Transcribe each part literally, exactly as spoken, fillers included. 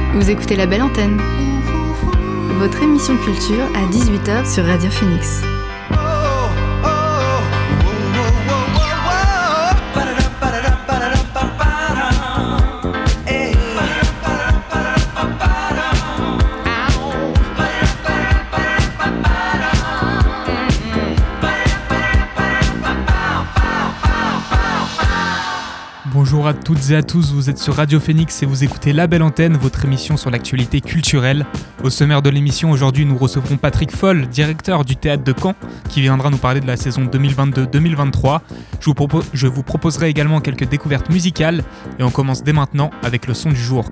Vous écoutez La Belle Antenne, votre émission culture à dix-huit heures sur Radio Phoenix. Bonjour à toutes et à tous, vous êtes sur Radio Phoenix et vous écoutez La Belle Antenne, votre émission sur l'actualité culturelle. Au sommaire de l'émission, aujourd'hui, nous recevrons Patrick Foll, directeur du théâtre de Caen, qui viendra nous parler de la saison deux mille vingt-deux deux mille vingt-trois. Je vous, propos- je vous proposerai également quelques découvertes musicales et on commence dès maintenant avec le son du jour.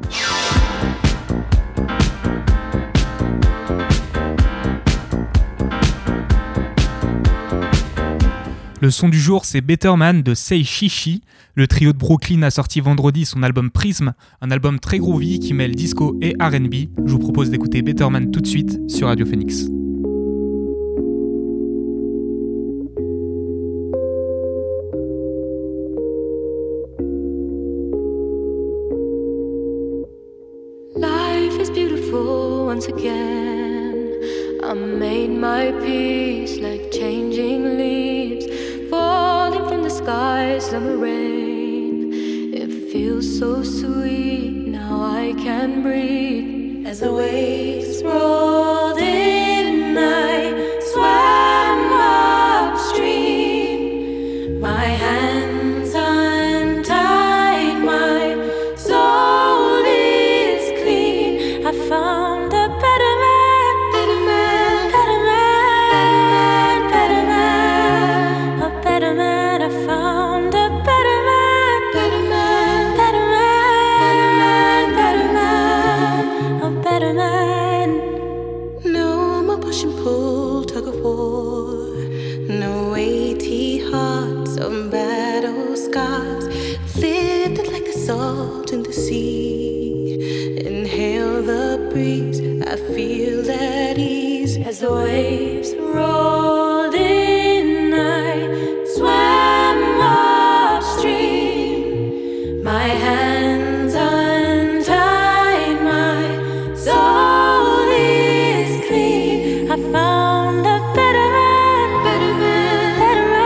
Le son du jour, c'est Better Man de Say Shishi. Le trio de Brooklyn a sorti vendredi son album Prism, un album très groovy qui mêle disco et R and B. Je vous propose d'écouter Better Man tout de suite sur Radio Phoenix. Life is beautiful once again. I made my peace like changing leaves falling from the sky, summer rain. It feels so sweet, now I can breathe. As the waves rolled in, I swam upstream. My hands untied, my soul is clean. I found a better man, better man, better man, better man, a better man. I found a better man, better man, better man, better man, a better man. No more push and pull, tug of war. No weighty hearts or battle scars. Lived it like the salt in the sea. Inhale the breeze, I feel at ease. As the waves rolled in, I swam upstream. My hands untied, my soul is clean. I found a better man, better man,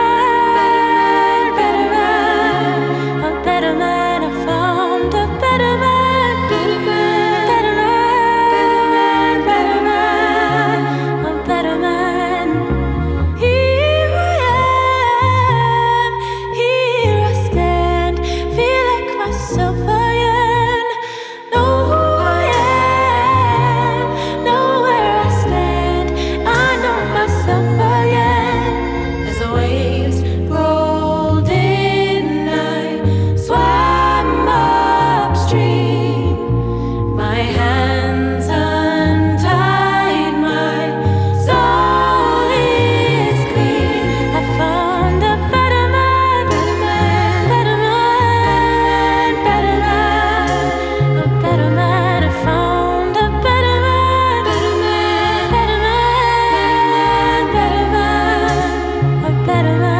better man, better man, a better man. I found a better man, better man, better man, better man, a better man. Here I am, here I stand, feel like myself again. Know who I am, know where I stand, I know myself again. As the waves rolled in, I swam upstream. My hands untied, my soul is clean. I found a better man, better man, better man, better man, a better man. I found a better man, better man, better man, better man, a better man.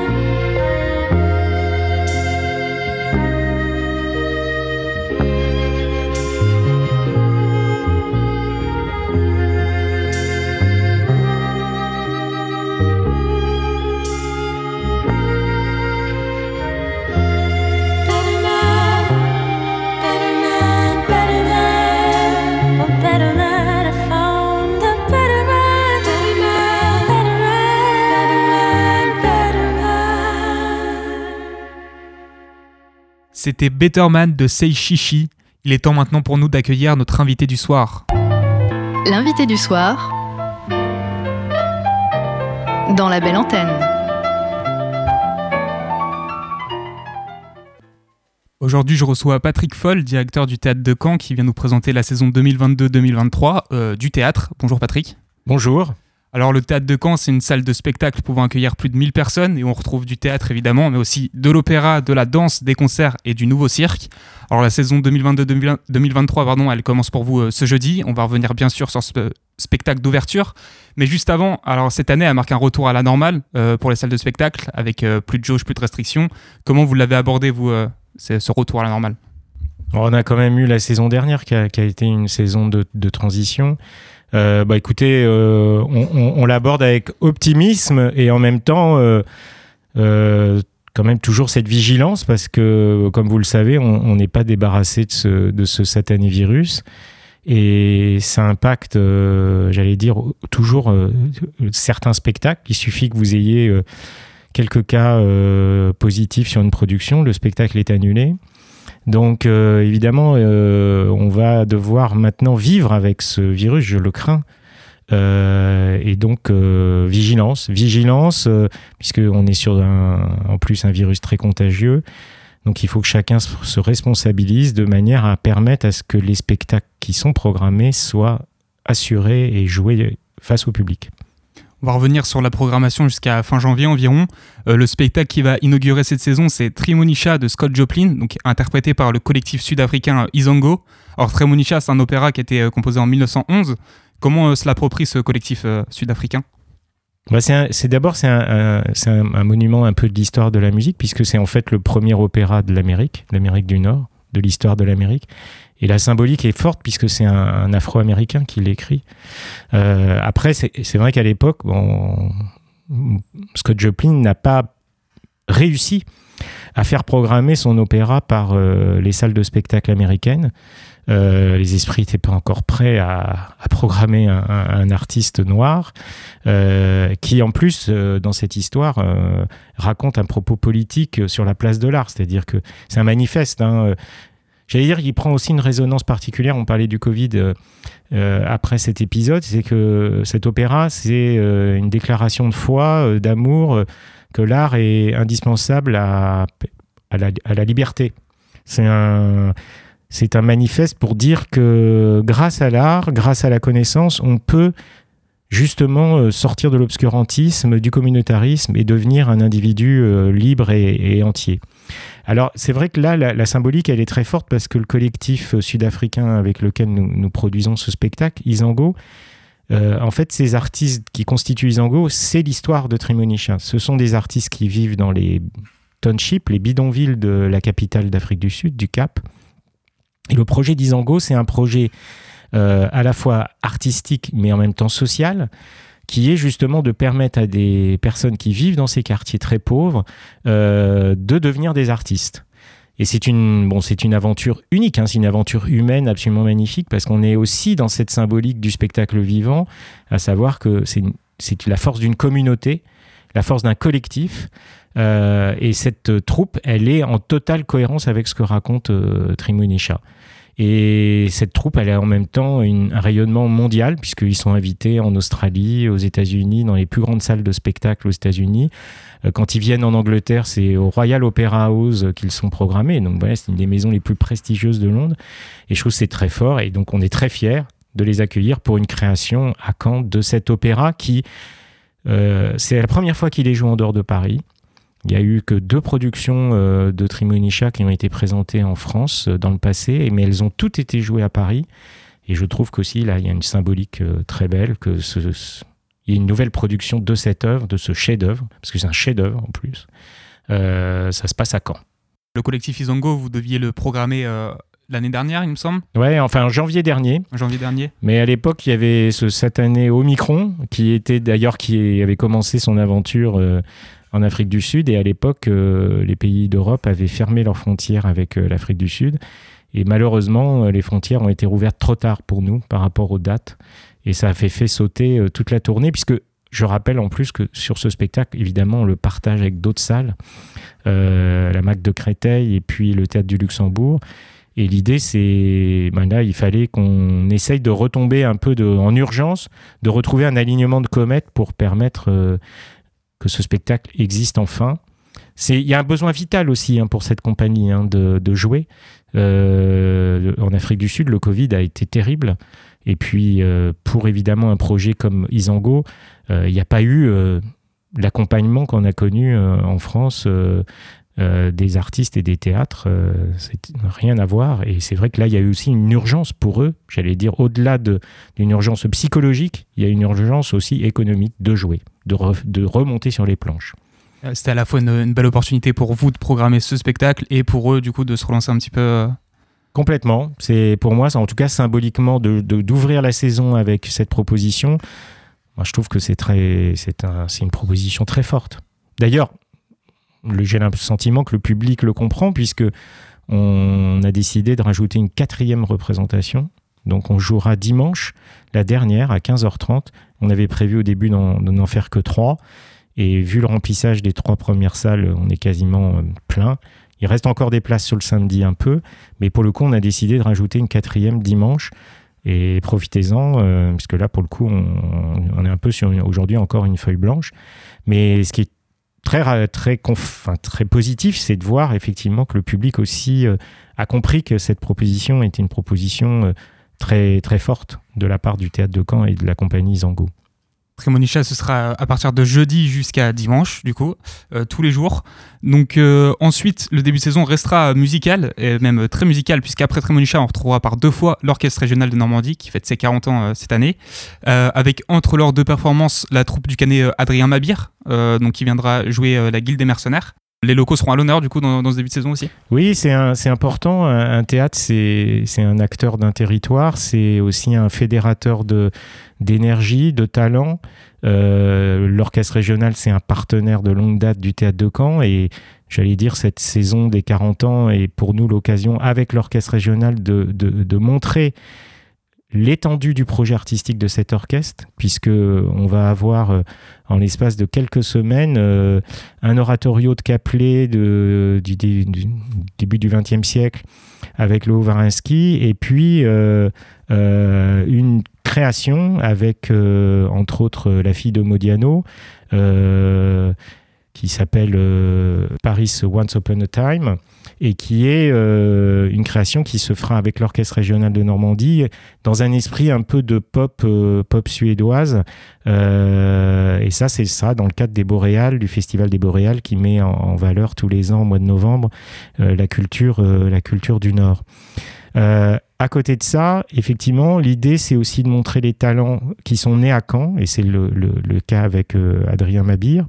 Better man, better man, better man, a better man. I found a better man, better man, better man, better man. C'était Better Man de Say Shishi. Il est temps maintenant pour nous d'accueillir notre invité du soir. L'invité du soir dans La Belle Antenne. Aujourd'hui, je reçois Patrick Foll, directeur du théâtre de Caen, qui vient nous présenter la saison deux mille vingt-deux deux mille vingt-trois euh, du théâtre. Bonjour Patrick. Bonjour. Alors le théâtre de Caen, c'est une salle de spectacle pouvant accueillir plus de mille personnes et on retrouve du théâtre évidemment, mais aussi de l'opéra, de la danse, des concerts et du nouveau cirque. Alors la saison deux mille vingt-deux deux mille vingt-trois, pardon, elle commence pour vous euh, ce jeudi. On va revenir bien sûr sur ce spectacle d'ouverture, mais juste avant, alors cette année elle marque un retour à la normale euh, pour les salles de spectacle avec euh, plus de jauge, plus de restrictions. Comment vous l'avez abordé vous, euh, ce retour à la normale ? Alors, on a quand même eu la saison dernière qui a, qui a été une saison de, de transition. Euh, bah écoutez, euh, on, on, on l'aborde avec optimisme et en même temps, euh, euh, quand même toujours cette vigilance parce que, comme vous le savez, on n'est pas débarrassé de ce, de ce satané virus et ça impacte, euh, j'allais dire, toujours euh, certains spectacles. Il suffit que vous ayez euh, quelques cas euh, positifs sur une production, le spectacle est annulé. Donc euh, évidemment, euh, on va devoir maintenant vivre avec ce virus, je le crains. Euh, et donc euh, vigilance, vigilance, euh, puisqu'on est sur un, en plus un virus très contagieux. Donc il faut que chacun se responsabilise de manière à permettre à ce que les spectacles qui sont programmés soient assurés et joués face au public. On va revenir sur la programmation jusqu'à fin janvier environ. Euh, le spectacle qui va inaugurer cette saison, c'est Tremonisha de Scott Joplin, donc interprété par le collectif sud-africain Izango. Alors Tremonisha, c'est un opéra qui a été composé en mille neuf cent onze. Comment euh, se l'approprie ce collectif euh, sud-africain ? Bah c'est, un, c'est d'abord c'est, un, un, c'est un, un monument un peu de l'histoire de la musique, puisque c'est en fait le premier opéra de l'Amérique, l'Amérique du Nord, de l'histoire de l'Amérique. Et la symbolique est forte puisque c'est un, un Afro-Américain qui l'écrit. Euh, après, c'est, c'est vrai qu'à l'époque, bon, Scott Joplin n'a pas réussi à faire programmer son opéra par euh, les salles de spectacle américaines. Euh, les esprits n'étaient pas encore prêts à, à programmer un, un, un artiste noir euh, qui, en plus, euh, dans cette histoire, euh, raconte un propos politique sur la place de l'art. C'est-à-dire que c'est un manifeste, hein. J'allais dire qu'il prend aussi une résonance particulière. On parlait du Covid euh, euh, après cet épisode. C'est que cet opéra, c'est euh, une déclaration de foi, euh, d'amour, euh, que l'art est indispensable à, à, la, à la liberté. C'est un, c'est un manifeste pour dire que grâce à l'art, grâce à la connaissance, on peut justement euh, sortir de l'obscurantisme, du communautarisme et devenir un individu euh, libre et, et entier. Alors, c'est vrai que là, la, la symbolique, elle est très forte parce que le collectif sud-africain avec lequel nous, nous produisons ce spectacle, Izango, euh, en fait, ces artistes qui constituent Izango, c'est l'histoire de Tremonisha. Ce sont des artistes qui vivent dans les townships, les bidonvilles de la capitale d'Afrique du Sud, du Cap. Et le projet d'Izango, c'est un projet euh, à la fois artistique, mais en même temps social, qui est justement de permettre à des personnes qui vivent dans ces quartiers très pauvres euh, de devenir des artistes. Et c'est une, bon, c'est une aventure unique, hein, c'est une aventure humaine absolument magnifique, parce qu'on est aussi dans cette symbolique du spectacle vivant, à savoir que c'est, une, c'est la force d'une communauté, la force d'un collectif, euh, et cette troupe, elle est en totale cohérence avec ce que raconte euh, Tremonisha. Et cette troupe, elle a en même temps une, un rayonnement mondial, puisqu'ils sont invités en Australie, aux États-Unis, dans les plus grandes salles de spectacle aux États-Unis. Quand ils viennent en Angleterre, c'est au Royal Opera House qu'ils sont programmés. Donc voilà, c'est une des maisons les plus prestigieuses de Londres. Et je trouve que c'est très fort. Et donc on est très fiers de les accueillir pour une création à Caen de cet opéra qui, euh, c'est la première fois qu'il est joué en dehors de Paris. Il n'y a eu que deux productions euh, de Tremonisha qui ont été présentées en France euh, dans le passé, mais elles ont toutes été jouées à Paris. Et je trouve qu'aussi, là, il y a une symbolique euh, très belle, que ce, ce, il y a une nouvelle production de cette œuvre, de ce chef-d'œuvre, parce que c'est un chef-d'œuvre en plus. Euh, ça se passe à Caen. Le collectif Izango, vous deviez le programmer euh, l'année dernière, il me semble ? Ouais, enfin en janvier dernier. En janvier dernier. Mais à l'époque, il y avait ce satané Omicron, qui était d'ailleurs, qui avait commencé son aventure Euh, en Afrique du Sud, et à l'époque, euh, les pays d'Europe avaient fermé leurs frontières avec euh, l'Afrique du Sud, et malheureusement, euh, les frontières ont été rouvertes trop tard pour nous par rapport aux dates, et ça a fait, fait sauter euh, toute la tournée, puisque je rappelle en plus que sur ce spectacle, évidemment, on le partage avec d'autres salles, euh, la Mac de Créteil et puis le Théâtre du Luxembourg, et l'idée, c'est, ben là, il fallait qu'on essaye de retomber un peu de, en urgence, de retrouver un alignement de comètes pour permettre euh, que ce spectacle existe enfin. Il y a un besoin vital aussi, hein, pour cette compagnie, hein, de, de jouer. Euh, en Afrique du Sud, le Covid a été terrible. Et puis, euh, pour évidemment un projet comme Izango, il euh, n'y a pas eu euh, l'accompagnement qu'on a connu euh, en France euh, euh, des artistes et des théâtres. Euh, c'est rien à voir. Et c'est vrai que là, il y a eu aussi une urgence pour eux. J'allais dire, au-delà de, d'une urgence psychologique, il y a une urgence aussi économique de jouer, de, re, de remonter sur les planches. C'était à la fois une, une belle opportunité pour vous de programmer ce spectacle et pour eux, du coup, de se relancer un petit peu. Complètement. C'est, pour moi, c'est en tout cas symboliquement de, de, d'ouvrir la saison avec cette proposition. Moi, je trouve que c'est, très, c'est, un, c'est une proposition très forte. D'ailleurs, le, j'ai le sentiment que le public le comprend, puisque on a décidé de rajouter une quatrième représentation. Donc on jouera dimanche, la dernière, à quinze heures trente. On avait prévu au début d'en, de n'en faire que trois. Et vu le remplissage des trois premières salles, on est quasiment euh, plein. Il reste encore des places sur le samedi un peu. Mais pour le coup, on a décidé de rajouter une quatrième dimanche. Et profitez-en, euh, puisque là, pour le coup, on, on est un peu sur une, aujourd'hui encore une feuille blanche. Mais ce qui est très, très, conf, enfin, très positif, c'est de voir effectivement que le public aussi euh, a compris que cette proposition était une proposition euh, très, très forte de la part du Théâtre de Caen et de la compagnie Zango. Trémonicha, ce sera à partir de jeudi jusqu'à dimanche, du coup, euh, tous les jours. Donc euh, ensuite, le début de saison restera musical, et même très musical, puisqu'après Trémonicha, on retrouvera par deux fois l'Orchestre Régional de Normandie, qui fête ses quarante ans euh, cette année, euh, avec entre leurs deux performances, la troupe du Canet euh, Adrien Mabir, euh, donc qui viendra jouer euh, la Guilde des Mercenaires. Les locaux seront à l'honneur, du coup, dans, dans ce début de saison aussi. Oui, c'est, un, c'est important. Un, un théâtre, c'est, c'est un acteur d'un territoire, c'est aussi un fédérateur de, d'énergie, de talent. Euh, l'Orchestre Régional, c'est un partenaire de longue date du Théâtre de Caen, et j'allais dire cette saison des quarante ans est pour nous l'occasion, avec l'Orchestre Régional, de, de, de montrer l'étendue du projet artistique de cet orchestre, puisqu'on va avoir, euh, en l'espace de quelques semaines, euh, un oratorio de Caplet de, du, du, du début du vingtième siècle avec le Haut-Varinsky, et puis euh, euh, une création avec, euh, entre autres, La fille de Modiano, euh, qui s'appelle euh, Paris Once Upon a Time, et qui est euh, une création qui se fera avec l'Orchestre Régional de Normandie dans un esprit un peu de pop, euh, pop suédoise. Euh, et ça, c'est ça dans le cadre des Boréales, du Festival des Boréales, qui met en, en valeur tous les ans, au mois de novembre, euh, la culture, euh, la culture du Nord. Euh, à côté de ça, effectivement, l'idée, c'est aussi de montrer les talents qui sont nés à Caen, et c'est le, le, le cas avec euh, Adrien Mabir,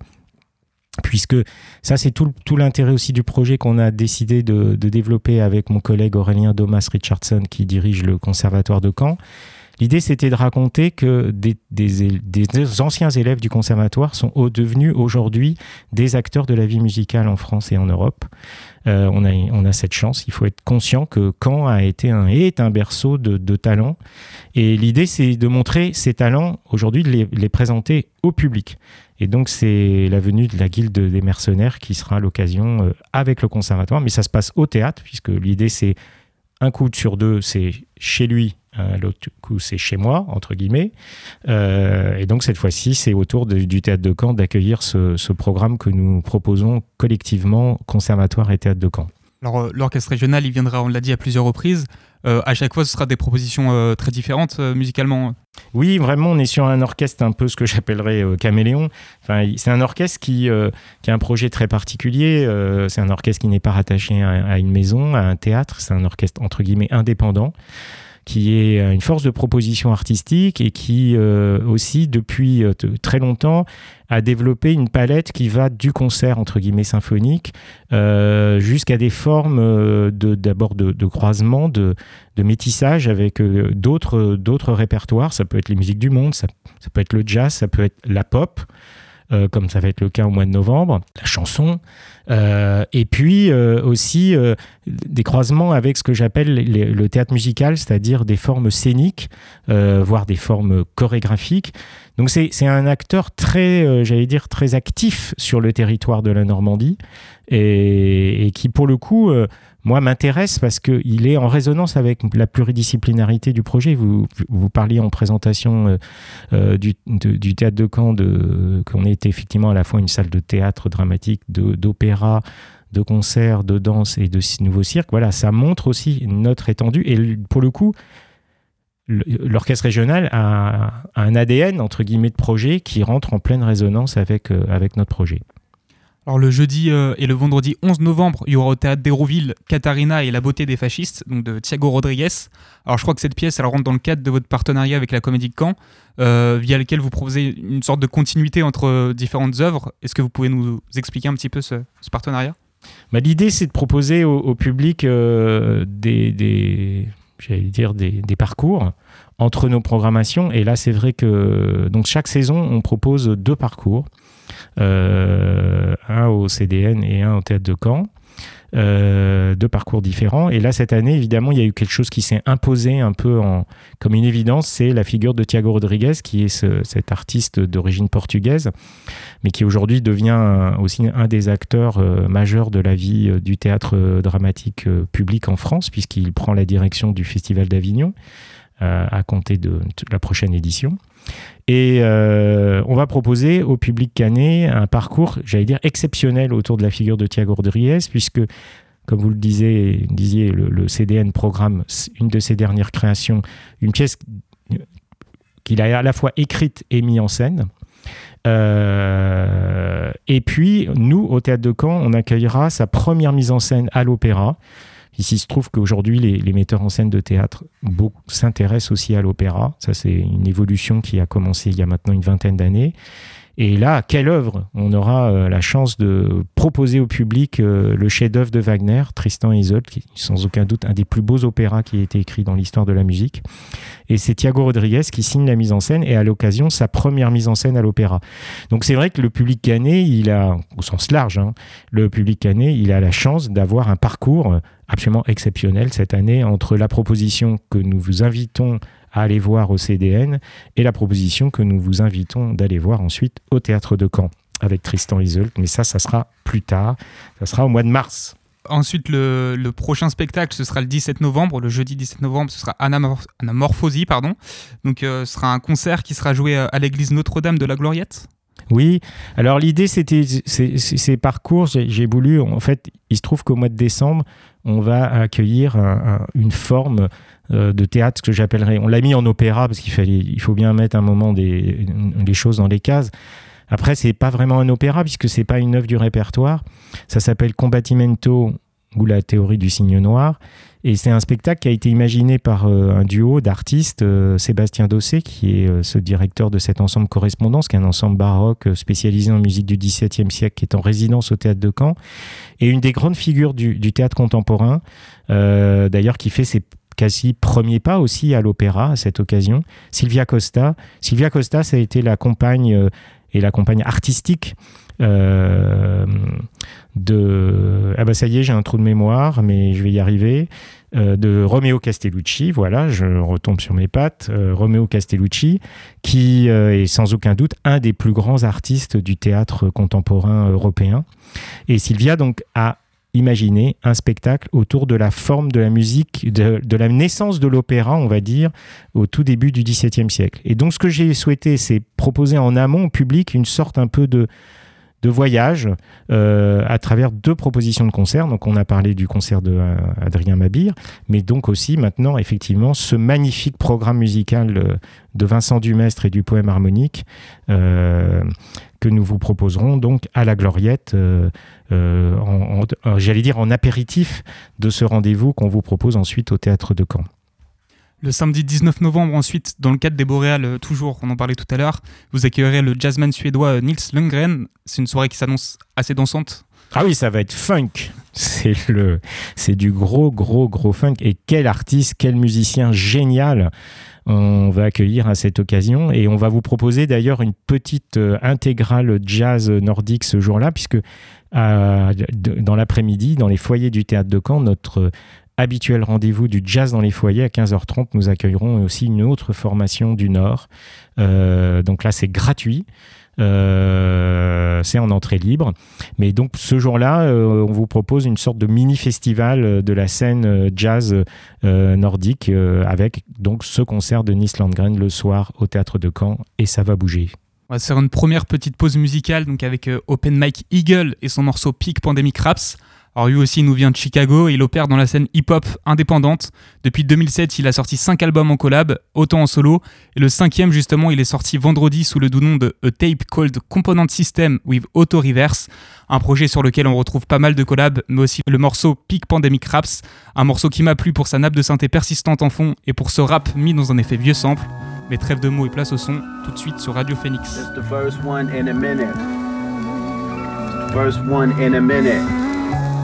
puisque ça, c'est tout, tout l'intérêt aussi du projet qu'on a décidé de, de développer avec mon collègue Aurélien Domas-Richardson, qui dirige le Conservatoire de Caen. L'idée, c'était de raconter que des, des, des anciens élèves du Conservatoire sont devenus aujourd'hui des acteurs de la vie musicale en France et en Europe. Euh, on, a, on a cette chance. Il faut être conscient que Caen a été un, est un berceau de, de talents. Et l'idée, c'est de montrer ces talents, aujourd'hui, de les, les présenter au public. Et donc, c'est la venue de la Guilde des Mercenaires qui sera l'occasion euh, avec le Conservatoire. Mais ça se passe au théâtre, puisque l'idée, c'est un coup sur deux, c'est chez lui, hein, l'autre coup, c'est chez moi, entre guillemets. Euh, et donc, cette fois-ci, c'est au tour de, du Théâtre de Caen d'accueillir ce, ce programme que nous proposons collectivement, Conservatoire et Théâtre de Caen. Alors, l'Orchestre Régional, il viendra, on l'a dit, à plusieurs reprises. Euh, à chaque fois, ce sera des propositions euh, très différentes euh, musicalement. Oui, vraiment, on est sur un orchestre un peu ce que j'appellerais euh, caméléon. Enfin, c'est un orchestre qui, euh, qui a un projet très particulier. Euh, c'est un orchestre qui n'est pas rattaché à, à une maison, à un théâtre. C'est un orchestre, entre guillemets, indépendant, qui est une force de proposition artistique et qui euh, aussi, depuis euh, très longtemps, a développé une palette qui va du concert, entre guillemets, symphonique, euh, jusqu'à des formes euh, de, d'abord de, de croisement, de, de métissage avec euh, d'autres, d'autres répertoires. Ça peut être les musiques du monde, ça, ça peut être le jazz, ça peut être la pop, euh, comme ça va être le cas au mois de novembre, la chanson, euh, et puis euh, aussi euh, des croisements avec ce que j'appelle les, le théâtre musical, c'est-à-dire des formes scéniques, euh, voire des formes chorégraphiques. Donc c'est, c'est un acteur très, euh, j'allais dire, très actif sur le territoire de la Normandie, et, et qui, pour le coup, euh, moi, m'intéresse parce qu'il est en résonance avec la pluridisciplinarité du projet. Vous, vous parliez en présentation euh, euh, du, de, du Théâtre de Caen, de, qu'on était effectivement à la fois une salle de théâtre dramatique, de, d'opéra, de concert, de danse et de nouveau cirque. Voilà, ça montre aussi notre étendue. Et pour le coup, l'Orchestre Régional a un A D N, entre guillemets, de projet qui rentre en pleine résonance avec, euh, avec notre projet. Alors le jeudi euh, et le vendredi onze novembre, il y aura au Théâtre d'Hérouville Katharina et la beauté des fascistes, donc de Thiago Rodriguez. Alors je crois que cette pièce, elle rentre dans le cadre de votre partenariat avec la Comédie de Caen, euh, via lequel vous proposez une sorte de continuité entre différentes œuvres. Est-ce que vous pouvez nous expliquer un petit peu ce, ce partenariat ? Bah, l'idée, c'est de proposer au, au public euh, des, des, j'allais dire des, des parcours entre nos programmations. Et là, c'est vrai que donc chaque saison, on propose deux parcours, euh, un au C D N et un au Théâtre de Caen. Euh, deux parcours différents. Et là, cette année, évidemment, il y a eu quelque chose qui s'est imposé un peu en, comme une évidence, c'est la figure de Tiago Rodrigues, qui est ce, cet artiste d'origine portugaise, mais qui aujourd'hui devient un, aussi un des acteurs euh, majeurs de la vie euh, du théâtre euh, dramatique euh, public en France, puisqu'il prend la direction du Festival d'Avignon euh, à compter de, de la prochaine édition. Et euh, on va proposer au public caennais un parcours, j'allais dire, exceptionnel autour de la figure de Tiago Rodrigues, puisque, comme vous le disiez, disiez le, le C D N programme une de ses dernières créations, une pièce qu'il a à la fois écrite et mise en scène. Euh, et puis, nous, au Théâtre de Caen, on accueillera sa première mise en scène à l'opéra. Ici, il se trouve qu'aujourd'hui, les, les metteurs en scène de théâtre beaucoup, s'intéressent aussi à l'opéra. Ça, c'est une évolution qui a commencé il y a maintenant une vingtaine d'années. Et là, quelle œuvre! On aura euh, la chance de proposer au public euh, le chef-d'œuvre de Wagner, Tristan et Isolde, qui est sans aucun doute un des plus beaux opéras qui a été écrit dans l'histoire de la musique. Et c'est Tiago Rodrigues qui signe la mise en scène et à l'occasion, sa première mise en scène à l'opéra. Donc c'est vrai que le public caennais, il a, au sens large, hein, le public caennais, il a la chance d'avoir un parcours absolument exceptionnel cette année entre la proposition que nous vous invitons à aller voir au C D N et la proposition que nous vous invitons d'aller voir ensuite au Théâtre de Caen avec Tristan et Isolde. Mais ça, ça sera plus tard. Ça sera au mois de mars. Ensuite, le, le prochain spectacle, ce sera le dix-sept novembre. Le jeudi dix-sept novembre, ce sera Anamor- Anamorphosie. Pardon. Donc, euh, ce sera un concert qui sera joué à l'église Notre-Dame de la Gloriette. Oui, alors l'idée, c'était ces, ces parcours, j'ai, j'ai voulu, en fait, il se trouve qu'au mois de décembre, on va accueillir un, un, une forme euh, de théâtre que j'appellerais, on l'a mis en opéra parce qu'il fallait, il faut bien mettre un moment des, des choses dans les cases. Après, c'est pas vraiment un opéra puisque c'est pas une œuvre du répertoire. Ça s'appelle Combattimento ou la théorie du cygne noir. Et c'est un spectacle qui a été imaginé par euh, un duo d'artistes, euh, Sébastien Dossé, qui est euh, ce directeur de cet ensemble Correspondance, qui est un ensemble baroque euh, spécialisé en musique du dix-septième siècle, qui est en résidence au Théâtre de Caen, et une des grandes figures du, du théâtre contemporain, euh, d'ailleurs qui fait ses quasi premiers pas aussi à l'opéra à cette occasion, Silvia Costa. Silvia Costa, ça a été la compagne euh, et la compagne artistique Euh, de ah bah ça y est, j'ai un trou de mémoire, mais je vais y arriver. Euh, de Romeo Castellucci, voilà, je retombe sur mes pattes. Euh, Romeo Castellucci, qui euh, est sans aucun doute un des plus grands artistes du théâtre contemporain européen. Et Silvia donc a imaginé un spectacle autour de la forme de la musique, de, de la naissance de l'opéra, on va dire, au tout début du dix-septième siècle. Et donc, ce que j'ai souhaité, c'est proposer en amont au public une sorte un peu de, de voyage euh, à travers deux propositions de concerts. Donc, on a parlé du concert de euh, Adrien Mabir, mais donc aussi maintenant, effectivement, ce magnifique programme musical euh, de Vincent Dumestre et du Poème harmonique euh, que nous vous proposerons donc à la Gloriette, euh, euh, en, en, j'allais dire en apéritif de ce rendez-vous qu'on vous propose ensuite au Théâtre de Caen. Le samedi dix-neuf novembre, ensuite, dans le cadre des Boréales, toujours, on en parlait tout à l'heure, vous accueillerez le jazzman suédois Nils Lundgren. C'est une soirée qui s'annonce assez dansante. Ah oui, ça va être funk. C'est, le, c'est du gros, gros, gros funk. Et quel artiste, quel musicien génial on va accueillir à cette occasion. Et on va vous proposer d'ailleurs une petite euh, intégrale jazz nordique ce jour-là, puisque euh, de, dans l'après-midi, dans les foyers du Théâtre de Caen, notre habituel rendez-vous du jazz dans les foyers à quinze heures trente, nous accueillerons aussi une autre formation du Nord. Euh, donc là, c'est gratuit. Euh, c'est en entrée libre. Mais donc ce jour-là, euh, on vous propose une sorte de mini-festival de la scène jazz euh, nordique euh, avec donc ce concert de Nils Landgren le soir au Théâtre de Caen, et ça va bouger. On va faire une première petite pause musicale donc avec euh, Open Mike Eagle et son morceau Peak Pandemic Raps. Alors lui aussi, il nous vient de Chicago et il opère dans la scène hip-hop indépendante. Depuis deux mille sept, il a sorti cinq albums en collab, autant en solo. Et le cinquième, justement, il est sorti vendredi sous le doux nom de A Tape Called Component System with Auto Reverse. Un projet sur lequel on retrouve pas mal de collabs, mais aussi le morceau Peak Pandemic Raps. Un morceau qui m'a plu pour sa nappe de synthé persistante en fond et pour ce rap mis dans un effet vieux sample. Mais trêve de mots et place au son, tout de suite sur Radio Phoenix. It's the first one in a minute. First one in a minute.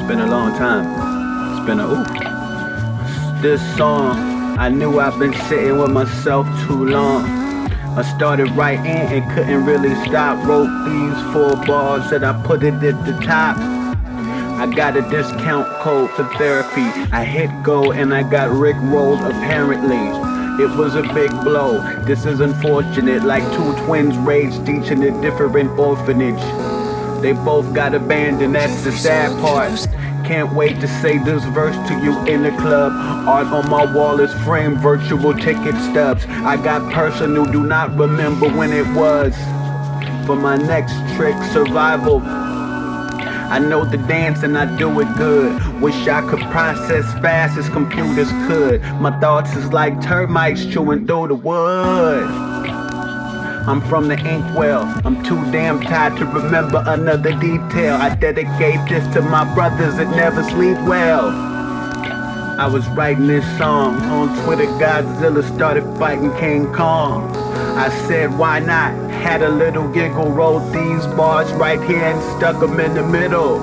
been a long time. It's been a ooh. This song, I knew I've been sitting with myself too long. I started writing and couldn't really stop. Wrote these four bars that I put it at the top. I got a discount code for therapy. I hit go and I got rickrolled apparently. It was a big blow. This is unfortunate, like two twins raised each in a different orphanage. They both got abandoned, that's the sad part. Can't wait to say this verse to you in the club. Art on my wall is framed virtual ticket stubs. I got personal, do not remember when it was. For my next trick, survival. I know the dance and I do it good. Wish I could process fast as computers could. My thoughts is like termites chewing through the wood. I'm from the inkwell, I'm too damn tired to remember another detail. I dedicate this to my brothers that never sleep well. I was writing this song, on Twitter Godzilla started fighting King Kong. I said why not, had a little giggle, wrote these bars right here and stuck them in the middle.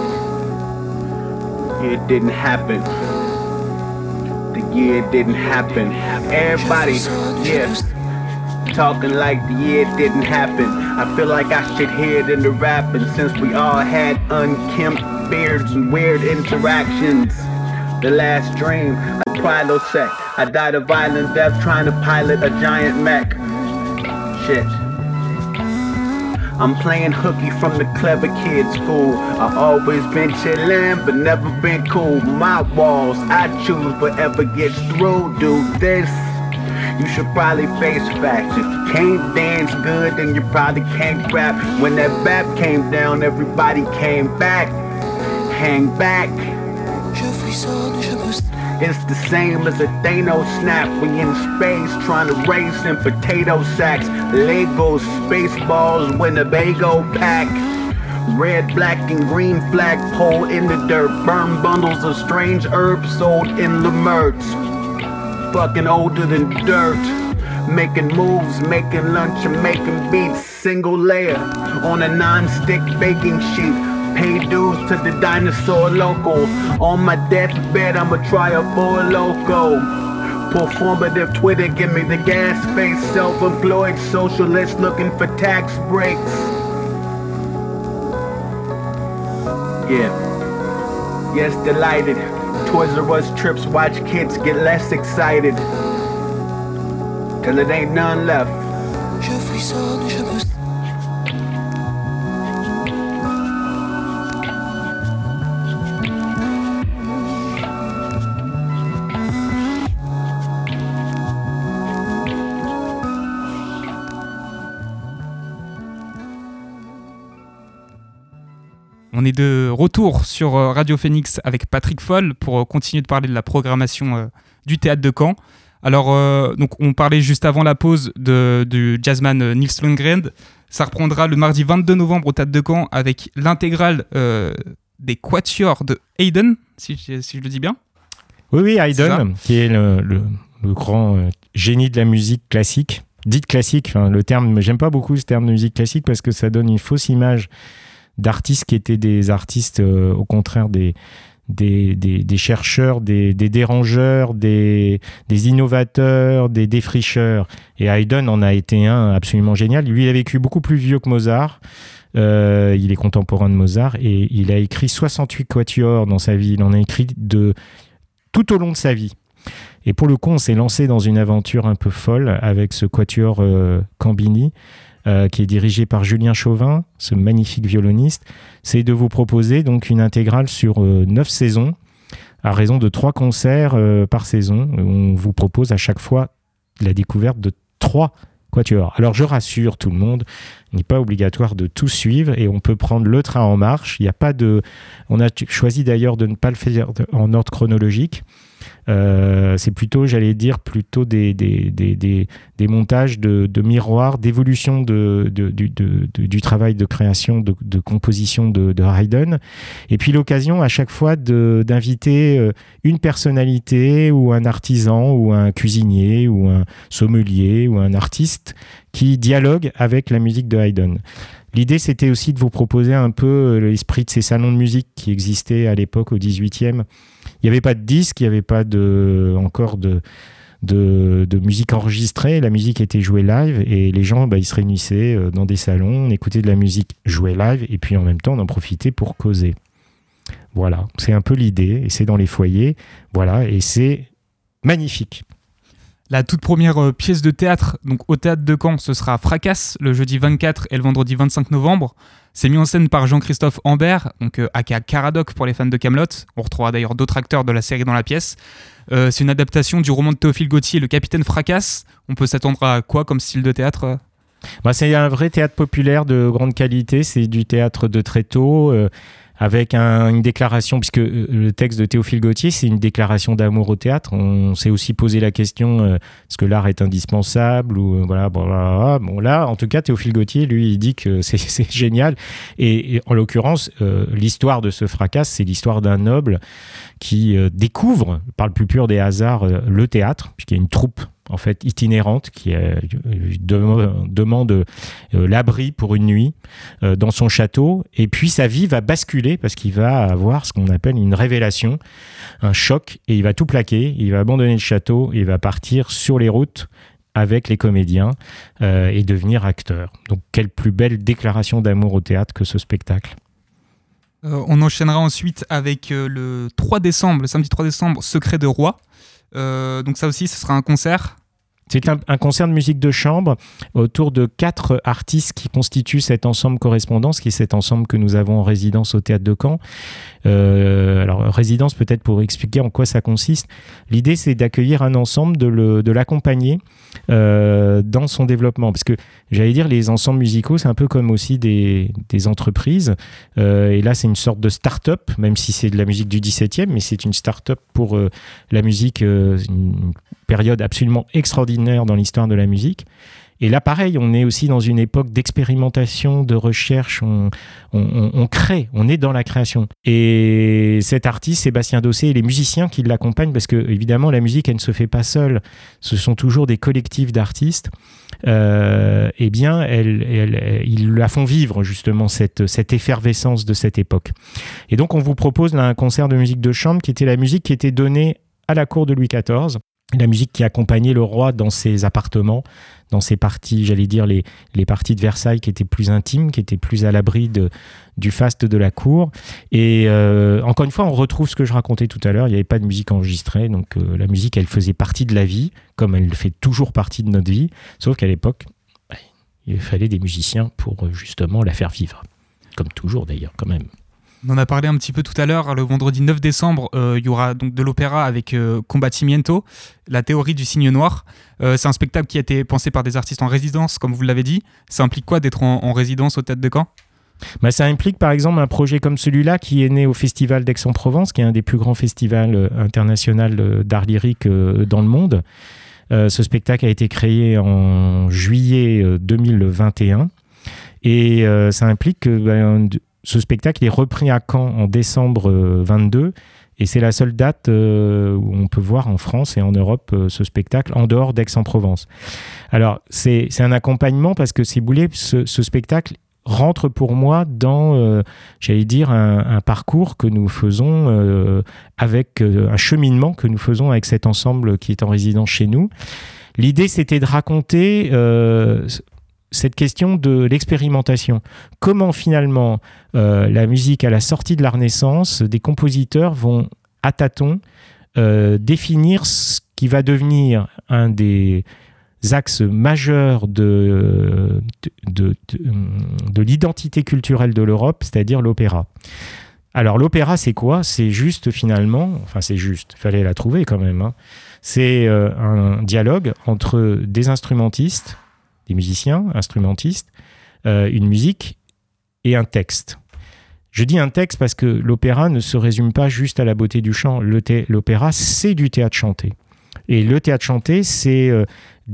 It didn't happen. The year didn't happen. Everybody, yeah. Talking like the year didn't happen. I feel like I should hear it in the rapping, since we all had unkempt beards and weird interactions. The last dream, a Prilosec. I died a violent death trying to pilot a giant mech. Shit. I'm playing hooky from the clever kid school. I always been chillin', but never been cool. My walls, I choose whatever gets through. Do this. You should probably face facts. If you can't dance good, then you probably can't rap. When that bap came down, everybody came back. Hang back. It's the same as a Thanos snap. We in space trying to race in potato sacks. Legos, Spaceballs, Winnebago pack. Red, black, and green flagpole in the dirt. Burn bundles of strange herbs sold in Lemertz. Fucking older than dirt. Making moves, making lunch, and making beats. Single layer on a non-stick baking sheet. Pay dues to the dinosaur local. On my deathbed, I'ma try a Four Loko. Performative Twitter, give me the gas face. Self-employed socialist looking for tax breaks. Yeah. Yes, delighted. Toys R Us trips, watch kids get less excited. Till it ain't none left. Je frissonne, je me... On est de retour sur Radio Phoenix avec Patrick Foll pour continuer de parler de la programmation euh, du théâtre de Caen. Alors, euh, donc on parlait juste avant la pause de, du jazzman Nils Lundgren. Ça reprendra le mardi vingt-deux novembre au théâtre de Caen avec l'intégrale euh, des quatuors de Haydn, si, si je le dis bien. Oui, oui, Haydn, qui est le, le, le grand euh, génie de la musique classique, dite classique. Enfin, le terme, j'aime pas beaucoup ce terme de musique classique parce que ça donne une fausse image d'artistes qui étaient des artistes, euh, au contraire, des, des, des, des chercheurs, des, des dérangeurs, des, des innovateurs, des défricheurs. Et Haydn en a été un absolument génial. Lui, il a vécu beaucoup plus vieux que Mozart. Euh, il est contemporain de Mozart et il a écrit soixante-huit quatuors dans sa vie. Il en a écrit de, tout au long de sa vie. Et pour le coup, on s'est lancé dans une aventure un peu folle avec ce quatuor euh, Cambini, Euh, qui est dirigé par Julien Chauvin, ce magnifique violoniste. C'est de vous proposer donc une intégrale sur euh, neuf saisons, à raison de trois concerts euh, par saison. On vous propose à chaque fois la découverte de trois quatuors. Alors je rassure tout le monde, il n'est pas obligatoire de tout suivre et on peut prendre le train en marche. Il y a pas de... On a choisi d'ailleurs de ne pas le faire en ordre chronologique. Euh, c'est plutôt, j'allais dire, plutôt des, des, des, des, des montages de, de miroirs, d'évolution de, de, de, de, de, du travail de création, de, de composition de, de Haydn. Et puis l'occasion à chaque fois de, d'inviter une personnalité ou un artisan ou un cuisinier ou un sommelier ou un artiste qui dialogue avec la musique de Haydn. L'idée, c'était aussi de vous proposer un peu l'esprit de ces salons de musique qui existaient à l'époque au dix-huitième. Il n'y avait pas de disques, il n'y avait pas de, encore de, de, de musique enregistrée. La musique était jouée live et les gens, bah, ils se réunissaient dans des salons, on écoutait de la musique jouée live et puis en même temps, on en profitait pour causer. Voilà, c'est un peu l'idée et c'est dans les foyers. Voilà, et c'est magnifique. La toute première euh, pièce de théâtre, donc au Théâtre de Caen, ce sera Fracasse, le jeudi vingt-quatre et le vendredi vingt-cinq novembre. C'est mis en scène par Jean-Christophe Ambert, donc euh, aka Caradoc pour les fans de Kaamelott. On retrouvera d'ailleurs d'autres acteurs de la série dans la pièce. Euh, c'est une adaptation du roman de Théophile Gautier, Le Capitaine Fracasse. On peut s'attendre à quoi comme style de théâtre ? Bah, c'est un vrai théâtre populaire de grande qualité, c'est du théâtre de tréteau, euh, avec un, une déclaration, puisque le texte de Théophile Gautier, c'est une déclaration d'amour au théâtre. On s'est aussi posé la question, euh, est-ce que l'art est indispensable ou, euh, voilà, bon, là, bon, là, en tout cas, Théophile Gautier, lui, il dit que c'est, c'est génial. Et, et en l'occurrence, euh, l'histoire de ce Fracasse, c'est l'histoire d'un noble qui euh, découvre, par le plus pur des hasards, euh, le théâtre, puisqu'il y a une troupe en fait itinérante qui euh, de, demande euh, l'abri pour une nuit euh, dans son château, et puis sa vie va basculer parce qu'il va avoir ce qu'on appelle une révélation, un choc, et il va tout plaquer, il va abandonner le château, et il va partir sur les routes avec les comédiens euh, et devenir acteur. Donc quelle plus belle déclaration d'amour au théâtre que ce spectacle. Euh, on enchaînera ensuite avec euh, le trois décembre, le samedi trois décembre, Secret de Roi. Euh, donc ça aussi, ce sera un concert. C'est un, un concert de musique de chambre autour de quatre artistes qui constituent cet ensemble Correspondance, qui est cet ensemble que nous avons en résidence au Théâtre de Caen. Euh, alors, résidence, peut-être pour expliquer en quoi ça consiste. L'idée, c'est d'accueillir un ensemble, de, le, de l'accompagner euh, dans son développement. Parce que, j'allais dire, les ensembles musicaux, c'est un peu comme aussi des, des entreprises. Euh, et là, c'est une sorte de start-up, même si c'est de la musique du dix-septième, mais c'est une start-up pour euh, la musique, euh, une période absolument extraordinaire dans l'histoire de la musique. Et là, pareil, on est aussi dans une époque d'expérimentation, de recherche, on, on, on crée, on est dans la création. Et cet artiste, Sébastien Dossé, et les musiciens qui l'accompagnent, parce que évidemment, la musique, elle ne se fait pas seule, ce sont toujours des collectifs d'artistes, euh, eh bien, elles, elles, ils la font vivre, justement, cette, cette effervescence de cette époque. Et donc, on vous propose là un concert de musique de chambre qui était la musique qui était donnée à la cour de Louis quatorze, la musique qui accompagnait le roi dans ses appartements, dans ses parties, j'allais dire les, les parties de Versailles qui étaient plus intimes, qui étaient plus à l'abri de, du faste de la cour. Et euh, encore une fois, on retrouve ce que je racontais tout à l'heure, il n'y avait pas de musique enregistrée, donc euh, la musique, elle faisait partie de la vie, comme elle fait toujours partie de notre vie, sauf qu'à l'époque, il fallait des musiciens pour justement la faire vivre. Comme toujours d'ailleurs, quand même. On en a parlé un petit peu tout à l'heure. Le vendredi neuf décembre, euh, il y aura donc de l'opéra avec euh, Combatimiento, la théorie du cygne noir. Euh, c'est un spectacle qui a été pensé par des artistes en résidence, comme vous l'avez dit. Ça implique quoi d'être en, en résidence au Théâtre de Caen ? Bah, ça implique par exemple un projet comme celui-là qui est né au Festival d'Aix-en-Provence, qui est un des plus grands festivals euh, internationaux euh, d'art lyrique euh, dans le monde. Euh, ce spectacle a été créé en juillet euh, deux mille vingt et un et euh, ça implique que bah, ce spectacle est repris à Caen en décembre vingt-deux et c'est la seule date euh, où on peut voir en France et en Europe euh, ce spectacle en dehors d'Aix-en-Provence. Alors c'est, c'est un accompagnement parce que si vous voulez, ce, ce spectacle rentre pour moi dans, euh, j'allais dire, un, un parcours que nous faisons euh, avec euh, un cheminement que nous faisons avec cet ensemble qui est en résidence chez nous. L'idée, c'était de raconter euh, cette question de l'expérimentation. Comment finalement euh, la musique à la sortie de la Renaissance, des compositeurs vont à tâtons euh, définir ce qui va devenir un des axes majeurs de, de, de, de l'identité culturelle de l'Europe, c'est-à-dire l'opéra. Alors l'opéra, c'est quoi ? C'est juste finalement, enfin c'est juste, il fallait la trouver quand même, hein. C'est euh, un dialogue entre des instrumentistes, des musiciens, instrumentistes, euh, une musique et un texte. Je dis un texte parce que l'opéra ne se résume pas juste à la beauté du chant. Le thé- l'opéra, c'est du théâtre chanté. Et le théâtre chanté, c'est euh,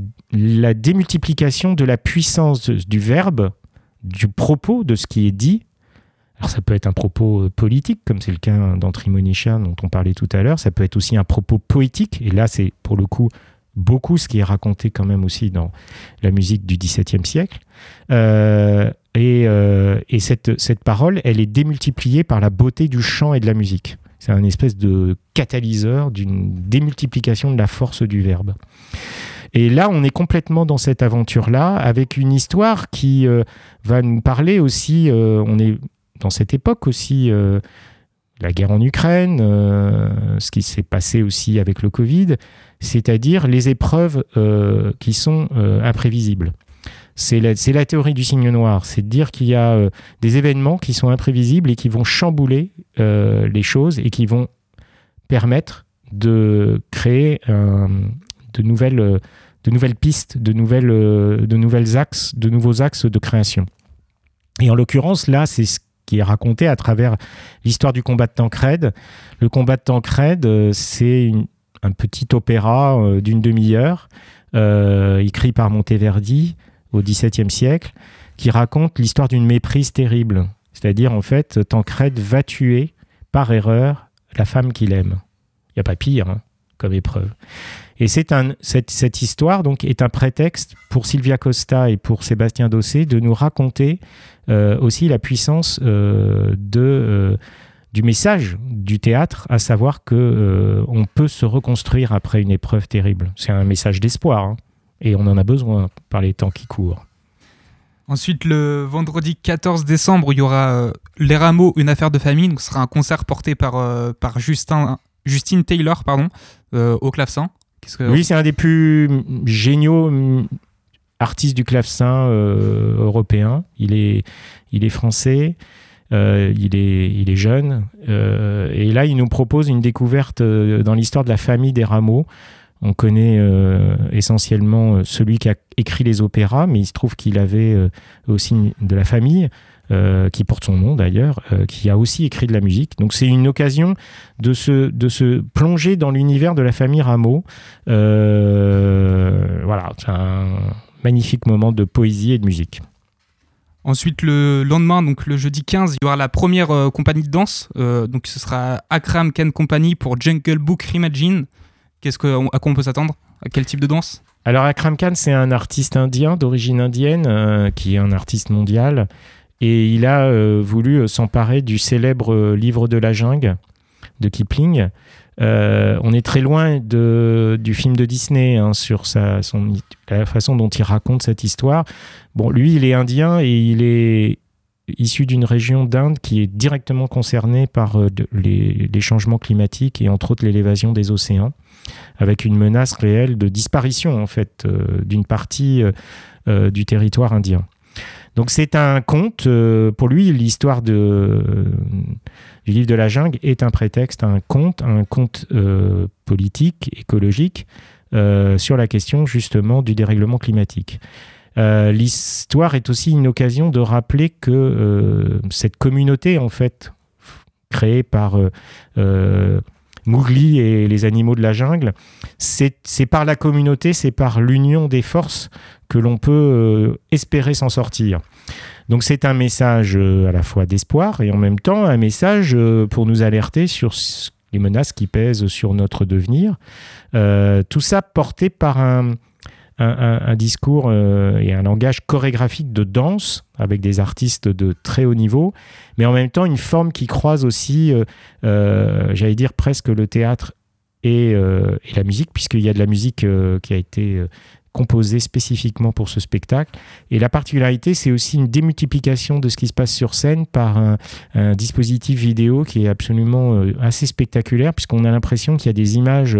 la démultiplication de la puissance de, du verbe, du propos, de ce qui est dit. Alors ça peut être un propos politique, comme c'est le cas d'Antrimonichin dont on parlait tout à l'heure. Ça peut être aussi un propos poétique. Et là, c'est pour le coup beaucoup ce qui est raconté quand même aussi dans la musique du dix-septième siècle. Euh, Et, euh, et cette, cette parole, elle est démultipliée par la beauté du chant et de la musique. C'est un espèce de catalyseur d'une démultiplication de la force du verbe. Et là, on est complètement dans cette aventure-là, avec une histoire qui euh, va nous parler aussi, euh, on est dans cette époque aussi, euh, la guerre en Ukraine, euh, ce qui s'est passé aussi avec le Covid, c'est-à-dire les épreuves euh, qui sont euh, imprévisibles. C'est la, c'est la théorie du signe noir, c'est de dire qu'il y a euh, des événements qui sont imprévisibles et qui vont chambouler euh, les choses et qui vont permettre de créer euh, de, nouvelles, euh, de nouvelles pistes, de, nouvelles, euh, de, nouvelles axes, de nouveaux axes de création. Et en l'occurrence, là, c'est ce qui est raconté à travers l'histoire du combat de Tancrède. Le combat de Tancrède, euh, c'est une, un petit opéra euh, d'une demi-heure, euh, écrit par Monteverdi, au dix-septième siècle, qui raconte l'histoire d'une méprise terrible. C'est-à-dire, en fait, Tancrède va tuer, par erreur, la femme qu'il aime. Il n'y a pas pire, hein, comme épreuve. Et c'est un, cette, cette histoire donc, est un prétexte pour Silvia Costa et pour Sébastien Dossé de nous raconter euh, aussi la puissance euh, de, euh, du message du théâtre, à savoir qu'on euh, peut se reconstruire après une épreuve terrible. C'est un message d'espoir, hein. Et on en a besoin par les temps qui courent. Ensuite, le vendredi quatorze décembre, il y aura euh, Les Rameaux, une affaire de famille. Donc, ce sera un concert porté par, euh, par Justin, Justine Taylor pardon, euh, au clavecin. Qu'est-ce que... Oui, c'est un des plus géniaux artistes du clavecin euh, européen. Il est, il est français, euh, il, est, il est jeune. Euh, et là, il nous propose une découverte euh, dans l'histoire de la famille des Rameaux. On connaît euh, essentiellement celui qui a écrit les opéras, mais il se trouve qu'il avait euh, aussi de la famille, euh, qui porte son nom d'ailleurs, euh, qui a aussi écrit de la musique. Donc c'est une occasion de se, de se plonger dans l'univers de la famille Rameau. Euh, voilà, c'est un magnifique moment de poésie et de musique. Ensuite, le lendemain, donc le jeudi quinze, il y aura la première euh, compagnie de danse. Euh, donc ce sera Akram Khan Company pour Jungle Book Reimagine. Qu'est-ce que, à quoi on peut s'attendre ? À quel type de danse ? Alors Akram Khan, c'est un artiste indien d'origine indienne, euh, qui est un artiste mondial. Et il a euh, voulu s'emparer du célèbre euh, livre de la jungle de Kipling. Euh, on est très loin de, du film de Disney, hein, sur sa, son, la façon dont il raconte cette histoire. Bon, lui, il est indien et il est issu d'une région d'Inde qui est directement concernée par euh, de, les, les changements climatiques et entre autres l'élévation des océans, avec une menace réelle de disparition en fait euh, d'une partie euh, euh, du territoire indien. Donc c'est un conte, euh, pour lui l'histoire de, euh, du livre de la jungle est un prétexte à un conte, un conte euh, politique, écologique, euh, sur la question justement du dérèglement climatique. Euh, l'histoire est aussi une occasion de rappeler que euh, cette communauté en fait créée par euh, euh, Mowgli et les animaux de la jungle, c'est, c'est par la communauté, c'est par l'union des forces que l'on peut euh, espérer s'en sortir. Donc c'est un message euh, à la fois d'espoir et en même temps un message euh, pour nous alerter sur les menaces qui pèsent sur notre devenir. Euh, tout ça porté par un, un, un, un discours euh, et un langage chorégraphique de danse avec des artistes de très haut niveau, mais en même temps une forme qui croise aussi, euh, euh, j'allais dire presque le théâtre et, euh, et la musique, puisqu'il y a de la musique euh, qui a été euh, composée spécifiquement pour ce spectacle. Et la particularité, c'est aussi une démultiplication de ce qui se passe sur scène par un, un dispositif vidéo qui est absolument euh, assez spectaculaire, puisqu'on a l'impression qu'il y a des images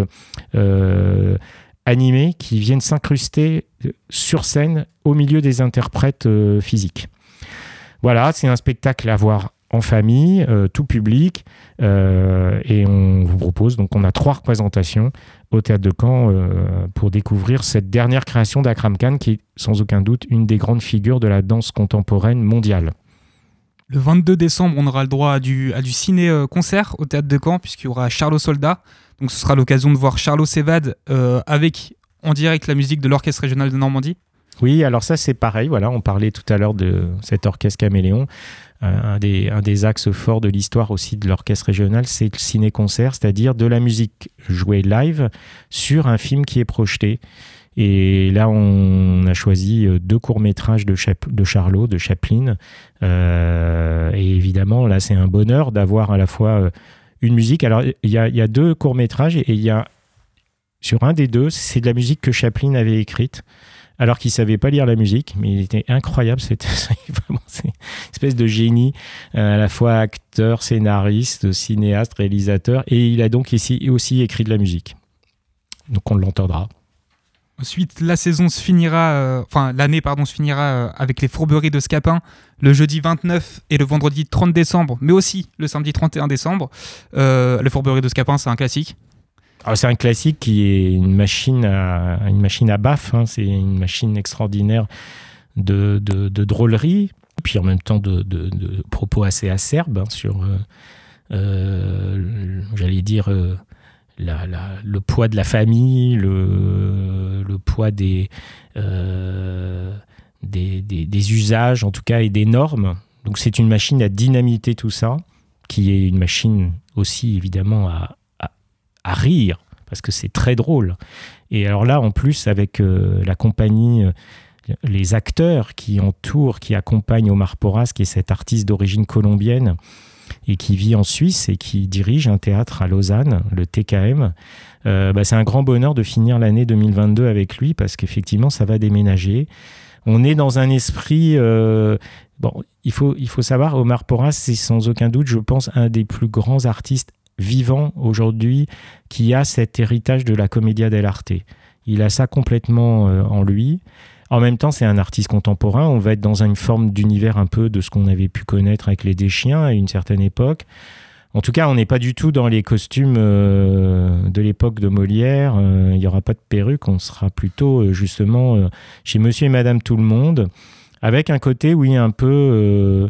euh, animées qui viennent s'incruster sur scène au milieu des interprètes euh, physiques. Voilà, c'est un spectacle à voir en famille, euh, tout public, euh, et on vous propose, donc on a trois représentations au Théâtre de Caen euh, pour découvrir cette dernière création d'Akram Khan qui est sans aucun doute une des grandes figures de la danse contemporaine mondiale. Le vingt-deux décembre, on aura le droit à du, à du ciné-concert au Théâtre de Caen, puisqu'il y aura Charlot Soldat. Donc ce sera l'occasion de voir Charlot s'évade euh, avec en direct la musique de l'Orchestre régional de Normandie. Oui, alors ça c'est pareil, voilà, on parlait tout à l'heure de cet orchestre caméléon. Euh, un, des, un des axes forts de l'histoire aussi de l'orchestre régional, c'est le ciné-concert, c'est-à-dire de la musique jouée live sur un film qui est projeté. Et là, on a choisi deux courts-métrages de, Chap- de Charlot, de Chaplin. Euh, et évidemment, là, c'est un bonheur d'avoir à la fois une musique. Alors, il y a, y a deux courts-métrages et il y a, sur un des deux, c'est de la musique que Chaplin avait écrite, alors qu'il ne savait pas lire la musique, mais il était incroyable. C'était vraiment c'est une espèce de génie, euh, à la fois acteur, scénariste, cinéaste, réalisateur. Et il a donc ici aussi écrit de la musique. Donc, on l'entendra. Ensuite, la saison se finira, euh, enfin l'année pardon se finira euh, avec les Fourberies de Scapin le jeudi vingt-neuf et le vendredi trente décembre, mais aussi le samedi trente et un décembre. Euh, les Fourberies de Scapin, c'est un classique. Alors, c'est un classique qui est une machine à, une machine à baffe. Hein. C'est une machine extraordinaire de, de, de drôlerie, puis en même temps de, de, de propos assez acerbes hein, sur, euh, euh, j'allais dire. Euh, La, la, le poids de la famille, le, le poids des, euh, des, des, des usages, en tout cas, et des normes. Donc, c'est une machine à dynamiter tout ça, qui est une machine aussi, évidemment, à, à, à rire, parce que c'est très drôle. Et alors là, en plus, avec euh, la compagnie, euh, les acteurs qui entourent, qui accompagnent Omar Porras, qui est cet artiste d'origine colombienne, et qui vit en Suisse et qui dirige un théâtre à Lausanne, le T K M. Euh, bah, c'est un grand bonheur de finir l'année deux mille vingt-deux avec lui parce qu'effectivement, ça va déménager. On est dans un esprit... Euh, bon, il faut, il faut savoir, Omar Porras, c'est sans aucun doute, je pense, un des plus grands artistes vivants aujourd'hui qui a cet héritage de la commedia dell'arte. Il a ça complètement euh, en lui. En même temps, c'est un artiste contemporain. On va être dans une forme d'univers un peu de ce qu'on avait pu connaître avec les Deschiens à une certaine époque. En tout cas, on n'est pas du tout dans les costumes euh, de l'époque de Molière. Euh, il n'y aura pas de perruque. On sera plutôt euh, justement euh, chez Monsieur et Madame Tout-le-Monde, avec un côté, oui, un peu... Euh,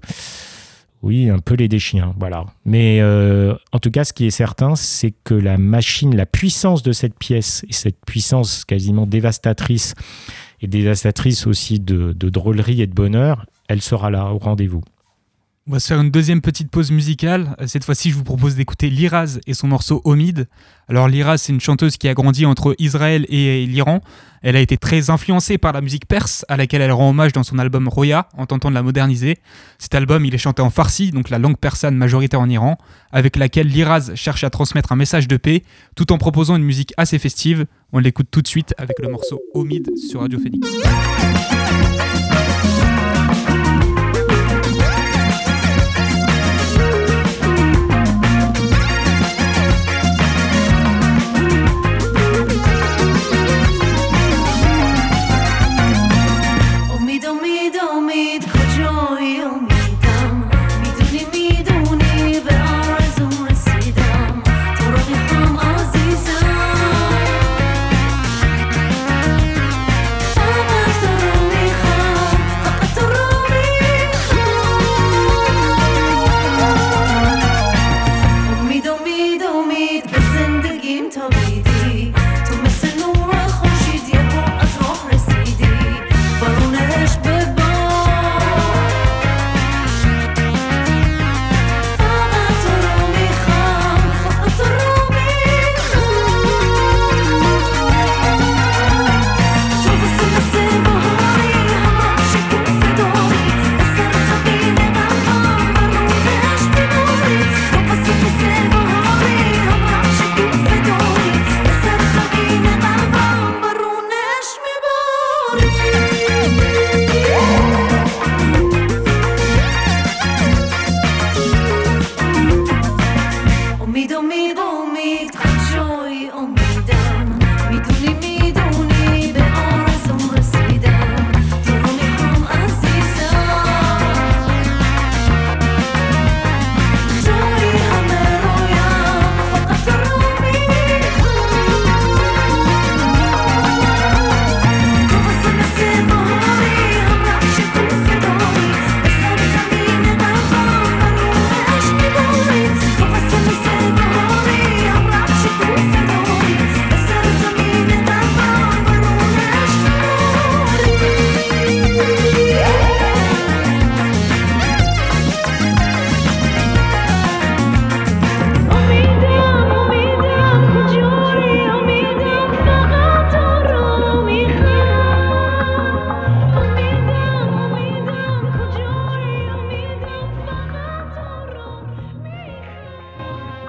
oui, un peu les Deschiens, voilà. Mais euh, en tout cas, ce qui est certain, c'est que la machine, la puissance de cette pièce, et cette puissance quasiment dévastatrice, et dévastatrice aussi de, de drôlerie et de bonheur, elle sera là, au rendez-vous. On va se faire une deuxième petite pause musicale. Cette fois-ci, je vous propose d'écouter Liraz et son morceau Omid. Alors Liraz, c'est une chanteuse qui a grandi entre Israël et l'Iran. Elle a été très influencée par la musique perse, à laquelle elle rend hommage dans son album Roya, en tentant de la moderniser. Cet album, il est chanté en farsi, donc la langue persane majoritaire en Iran, avec laquelle Liraz cherche à transmettre un message de paix, tout en proposant une musique assez festive. On l'écoute tout de suite avec le morceau Omid sur Radio Phoenix. عزیزم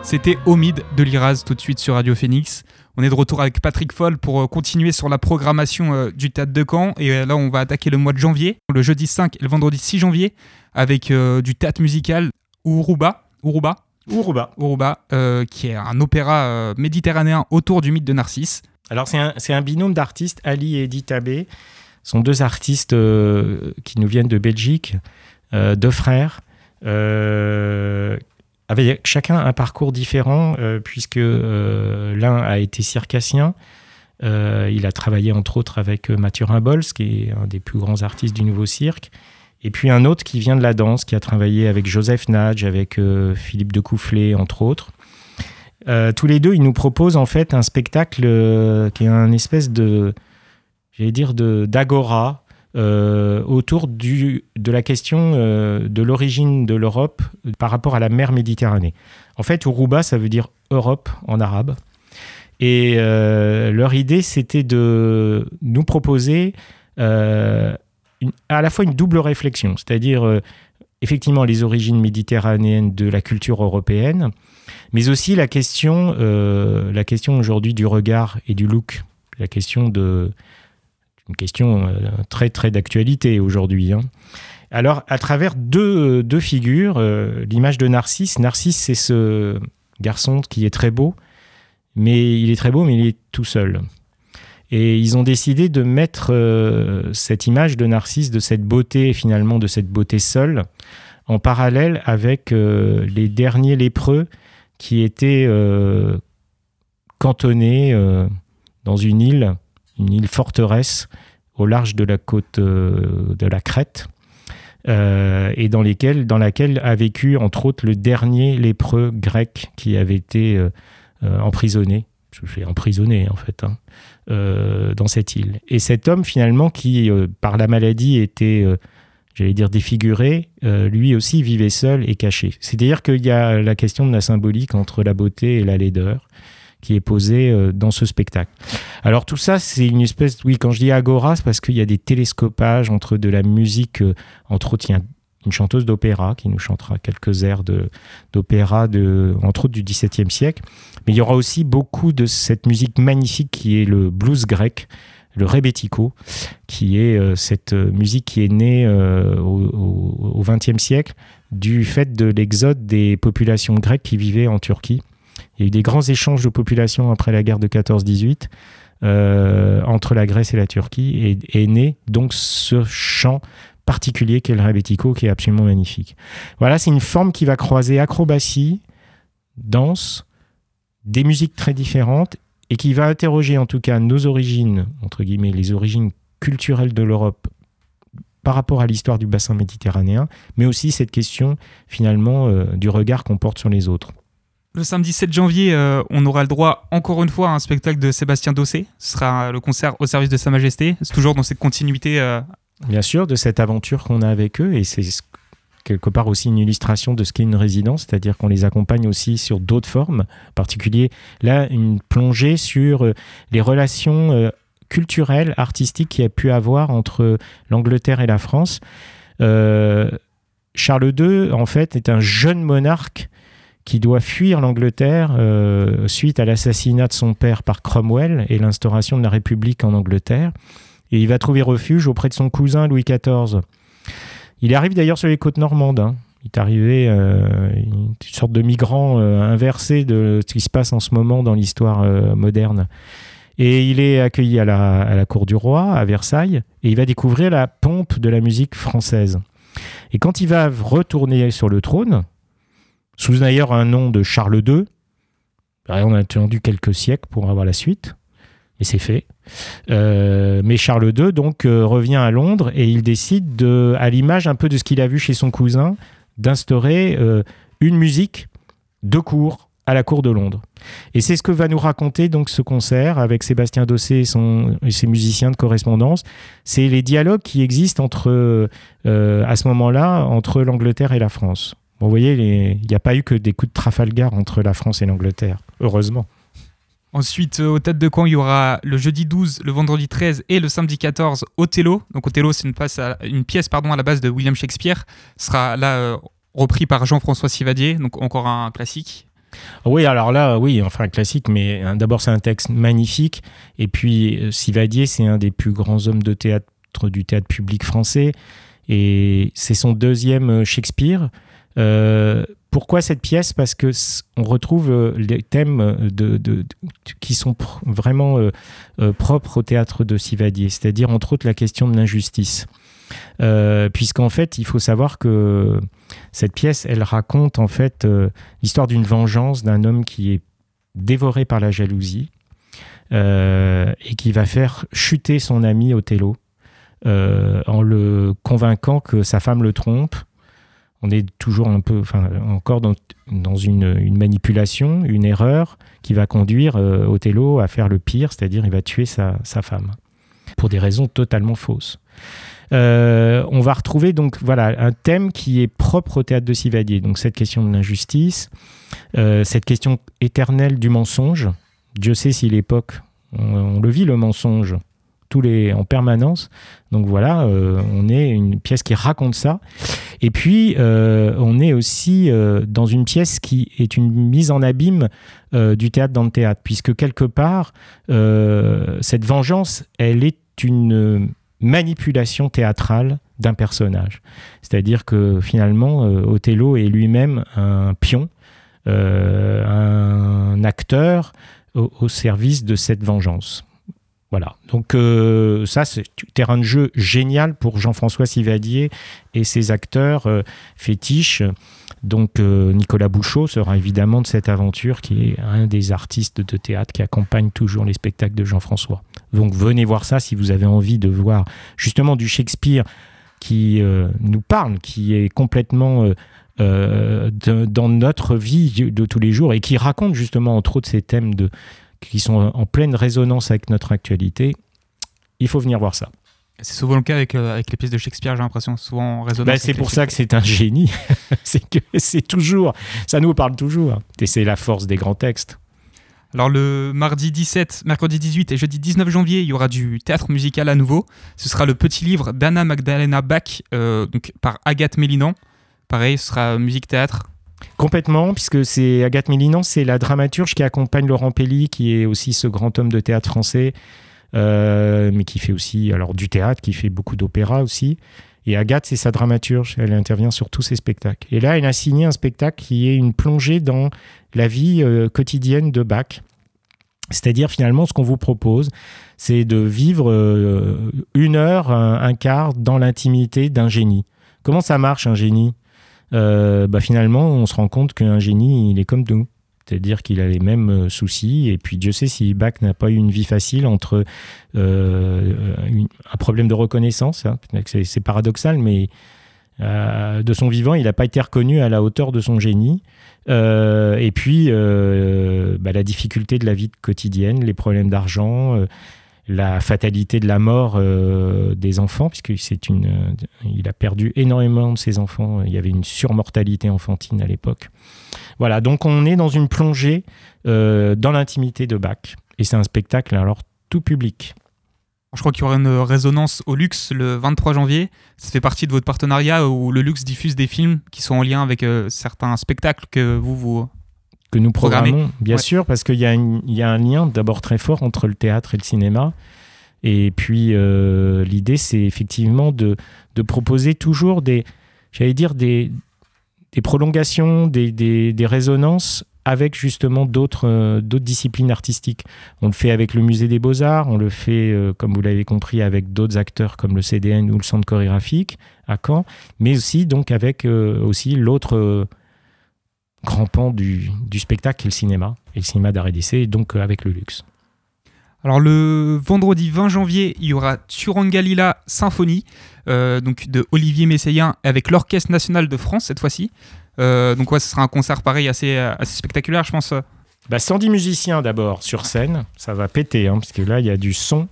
C'était Omid de Liraz tout de suite sur Radio Phoenix. On est de retour avec Patrick Foll pour euh, continuer sur la programmation euh, du Théâtre de Caen. Et euh, là, on va attaquer le mois de janvier, le jeudi cinq et le vendredi six janvier, avec euh, du théâtre musical Uruba. Uruba Uruba. Uruba, euh, qui est un opéra euh, méditerranéen autour du mythe de Narcisse. Alors, c'est un, c'est un binôme d'artistes, Ali et Edith Abbé. Ce sont deux artistes euh, qui nous viennent de Belgique, euh, deux frères, euh, avec chacun un parcours différent, euh, puisque euh, l'un a été circassien. Euh, il a travaillé entre autres avec Mathurin Bols, qui est un des plus grands artistes du Nouveau Cirque. Et puis un autre qui vient de la danse, qui a travaillé avec Joseph Nage, avec euh, Philippe de Coufflet, entre autres. Euh, tous les deux, ils nous proposent en fait un spectacle euh, qui est un espèce de, j'allais dire, de, d'agora euh, autour du, de la question euh, de l'origine de l'Europe par rapport à la mer Méditerranée. En fait, Uruba, ça veut dire Europe en arabe. Et euh, leur idée, c'était de nous proposer euh, une, à la fois une double réflexion, c'est-à-dire euh, effectivement les origines méditerranéennes de la culture européenne, mais aussi la question, euh, la question aujourd'hui du regard et du look, la question de, une question euh, très très d'actualité aujourd'hui. Hein. Alors à travers deux, deux figures, euh, l'image de Narcisse. Narcisse, c'est ce garçon qui est très beau, mais il est très beau, mais il est tout seul. Et ils ont décidé de mettre euh, cette image de Narcisse, de cette beauté, finalement, de cette beauté seule, en parallèle avec euh, les derniers lépreux qui étaient euh, cantonnés euh, dans une île, une île forteresse au large de la côte euh, de la Crète, euh, et dans, lesquelles, dans laquelle a vécu, entre autres, le dernier lépreux grec qui avait été euh, euh, emprisonné. Je suis emprisonné, en fait, hein, euh, dans cette île. Et cet homme, finalement, qui, euh, par la maladie, était, euh, j'allais dire, défiguré, euh, lui aussi vivait seul et caché. C'est-à-dire qu'il y a la question de la symbolique entre la beauté et la laideur qui est posée euh, dans ce spectacle. Alors tout ça, c'est une espèce... Oui, quand je dis agora, c'est parce qu'il y a des télescopages entre de la musique, euh, entre autres, il y a une chanteuse d'opéra qui nous chantera quelques airs de, d'opéra, de, entre autres du XVIIe siècle. Mais il y aura aussi beaucoup de cette musique magnifique qui est le blues grec, le rebetiko, qui est euh, cette musique qui est née euh, au vingtième siècle du fait de l'exode des populations grecques qui vivaient en Turquie. Il y a eu des grands échanges de populations après la guerre de quatorze dix-huit euh, entre la Grèce et la Turquie, et est né donc ce chant particulier qu'est le rebetiko, qui est absolument magnifique. Voilà, c'est une forme qui va croiser acrobatie, danse, des musiques très différentes, et qui va interroger en tout cas nos origines, entre guillemets, les origines culturelles de l'Europe par rapport à l'histoire du bassin méditerranéen, mais aussi cette question finalement euh, du regard qu'on porte sur les autres. Le samedi sept janvier, euh, on aura le droit encore une fois à un spectacle de Sébastien Dossé. Ce sera le concert au service de Sa Majesté. C'est toujours dans cette continuité. Euh... Bien sûr, de cette aventure qu'on a avec eux, et c'est quelque part aussi une illustration de ce qu'est une résidence, c'est-à-dire qu'on les accompagne aussi sur d'autres formes, en particulier là, une plongée sur les relations culturelles, artistiques qu'il y a pu avoir entre l'Angleterre et la France. Euh, Charles deux, en fait, est un jeune monarque qui doit fuir l'Angleterre euh, suite à l'assassinat de son père par Cromwell et l'instauration de la République en Angleterre. Et il va trouver refuge auprès de son cousin Louis quatorze. Il arrive d'ailleurs sur les côtes normandes. Hein. Il est arrivé euh, une sorte de migrant euh, inversé de ce qui se passe en ce moment dans l'histoire euh, moderne. Et il est accueilli à la, à la cour du roi, à Versailles, et il va découvrir la pompe de la musique française. Et quand il va retourner sur le trône, sous d'ailleurs un nom de Charles deux, on a attendu quelques siècles pour avoir la suite, et c'est fait. Euh, mais Charles deux donc euh, revient à Londres et il décide, de, à l'image un peu de ce qu'il a vu chez son cousin, d'instaurer euh, une musique de cour à la cour de Londres. Et c'est ce que va nous raconter donc ce concert avec Sébastien Dossé et, son, et ses musiciens de correspondance. C'est les dialogues qui existent entre, euh, à ce moment-là entre l'Angleterre et la France. Bon, vous voyez, il n'y a pas eu que des coups de Trafalgar entre la France et l'Angleterre, heureusement. Ensuite, au Théâtre de Caen, il y aura le jeudi douze, le vendredi treize et le samedi quatorze, Othello. Donc Othello, c'est une, pièce à, une pièce pardon, à la base de William Shakespeare. Ce sera là euh, repris par Jean-François Sivadier, donc encore un classique. Oui, alors là, oui, enfin, classique, mais hein, d'abord, c'est un texte magnifique. Et puis, euh, Sivadié, c'est un des plus grands hommes de théâtre du théâtre public français. Et c'est son deuxième euh, Shakespeare. Euh, pourquoi cette pièce ? Parce que c- on retrouve euh, les thèmes de, de, de- qui sont pr- vraiment euh, euh, propres au théâtre de Sivadié, c'est-à-dire entre autres la question de l'injustice. Euh, puisqu'en fait, il faut savoir que cette pièce, elle raconte en fait euh, l'histoire d'une vengeance d'un homme qui est dévoré par la jalousie euh, et qui va faire chuter son ami Othello euh, en le convainquant que sa femme le trompe. On est toujours un peu, enfin, encore dans, dans une, une manipulation, une erreur qui va conduire euh, Othello à faire le pire, c'est-à-dire il va tuer sa, sa femme pour des raisons totalement fausses. Euh, on va retrouver donc voilà un thème qui est propre au théâtre de Sivadié, donc cette question de l'injustice, euh, cette question éternelle du mensonge. Dieu sait si l'époque, on, on le vit le mensonge tous les, en permanence. Donc voilà, euh, on est une pièce qui raconte ça. Et puis, euh, on est aussi euh, dans une pièce qui est une mise en abîme euh, du théâtre dans le théâtre, puisque quelque part, euh, cette vengeance, elle est une manipulation théâtrale d'un personnage. C'est-à-dire que finalement, euh, Othello est lui-même un pion, euh, un acteur au, au service de cette vengeance. Voilà, donc euh, ça c'est un terrain de jeu génial pour Jean-François Sivadié et ses acteurs euh, fétiches. Donc euh, Nicolas Bouchot sera évidemment de cette aventure, qui est un des artistes de théâtre qui accompagne toujours les spectacles de Jean-François. Donc venez voir ça si vous avez envie de voir justement du Shakespeare qui euh, nous parle, qui est complètement euh, euh, de, dans notre vie de tous les jours et qui raconte justement entre autres ces thèmes de qui sont en pleine résonance avec notre actualité. Il faut venir voir ça. C'est souvent le cas avec, euh, avec les pièces de Shakespeare, j'ai l'impression, souvent en résonance. Bah, c'est pour ça que c'est un génie. c'est que c'est toujours, ça nous parle toujours. Et c'est la force des grands textes. Alors le mardi dix-sept, mercredi dix-huit et jeudi dix-neuf janvier, il y aura du théâtre musical à nouveau. Ce sera le petit livre d'Anna Magdalena Bach, euh, donc par Agathe Mélinan. Pareil, ce sera musique-théâtre. Complètement, puisque c'est Agathe Mélinan, c'est la dramaturge qui accompagne Laurent Pelli, qui est aussi ce grand homme de théâtre français, euh, mais qui fait aussi alors, du théâtre, qui fait beaucoup d'opéra aussi. Et Agathe, c'est sa dramaturge, elle intervient sur tous ses spectacles. Et là, elle a signé un spectacle qui est une plongée dans la vie euh, quotidienne de Bach. C'est-à-dire, finalement, ce qu'on vous propose, c'est de vivre euh, une heure, un, un quart dans l'intimité d'un génie. Comment ça marche, un génie ? Euh, bah finalement, on se rend compte qu'un génie, il est comme nous. C'est-à-dire qu'il a les mêmes soucis. Et puis, Dieu sait si Bach n'a pas eu une vie facile entre euh, une, un problème de reconnaissance. Hein. C'est, c'est paradoxal, mais euh, de son vivant, il n'a pas été reconnu à la hauteur de son génie. Euh, et puis, euh, bah, la difficulté de la vie quotidienne, les problèmes d'argent, euh, la fatalité de la mort euh, des enfants, puisque c'est une, euh, il a perdu énormément de ses enfants. Il y avait une surmortalité enfantine à l'époque. Voilà, donc on est dans une plongée euh, dans l'intimité de Bach. Et c'est un spectacle, alors, tout public. Je crois qu'il y aura une résonance au Luxe le vingt-trois janvier. Ça fait partie de votre partenariat où le Luxe diffuse des films qui sont en lien avec euh, certains spectacles que vous, vous... que nous programmons, programmé. bien Ouais. sûr, parce qu'il y a, une, il y a un lien d'abord très fort entre le théâtre et le cinéma. Et puis, euh, l'idée, c'est effectivement de, de proposer toujours des, j'allais dire, des, des prolongations, des, des, des résonances avec justement d'autres, euh, d'autres disciplines artistiques. On le fait avec le Musée des Beaux-Arts, on le fait, euh, comme vous l'avez compris, avec d'autres acteurs comme le C D N ou le Centre chorégraphique à Caen, mais aussi donc avec euh, aussi l'autre... Euh, grand pan du, du spectacle qui est le cinéma, et le cinéma d'art et d'essai, et donc euh, avec le Luxe. Alors le vendredi vingt janvier, il y aura Turangalila Symphonie, euh, donc de Olivier Messiaen avec l'Orchestre National de France cette fois-ci. Euh, donc ouais, ce sera un concert pareil assez, assez spectaculaire, je pense. Bah, cent dix musiciens d'abord sur scène, ça va péter, hein, parce que là il y a du son.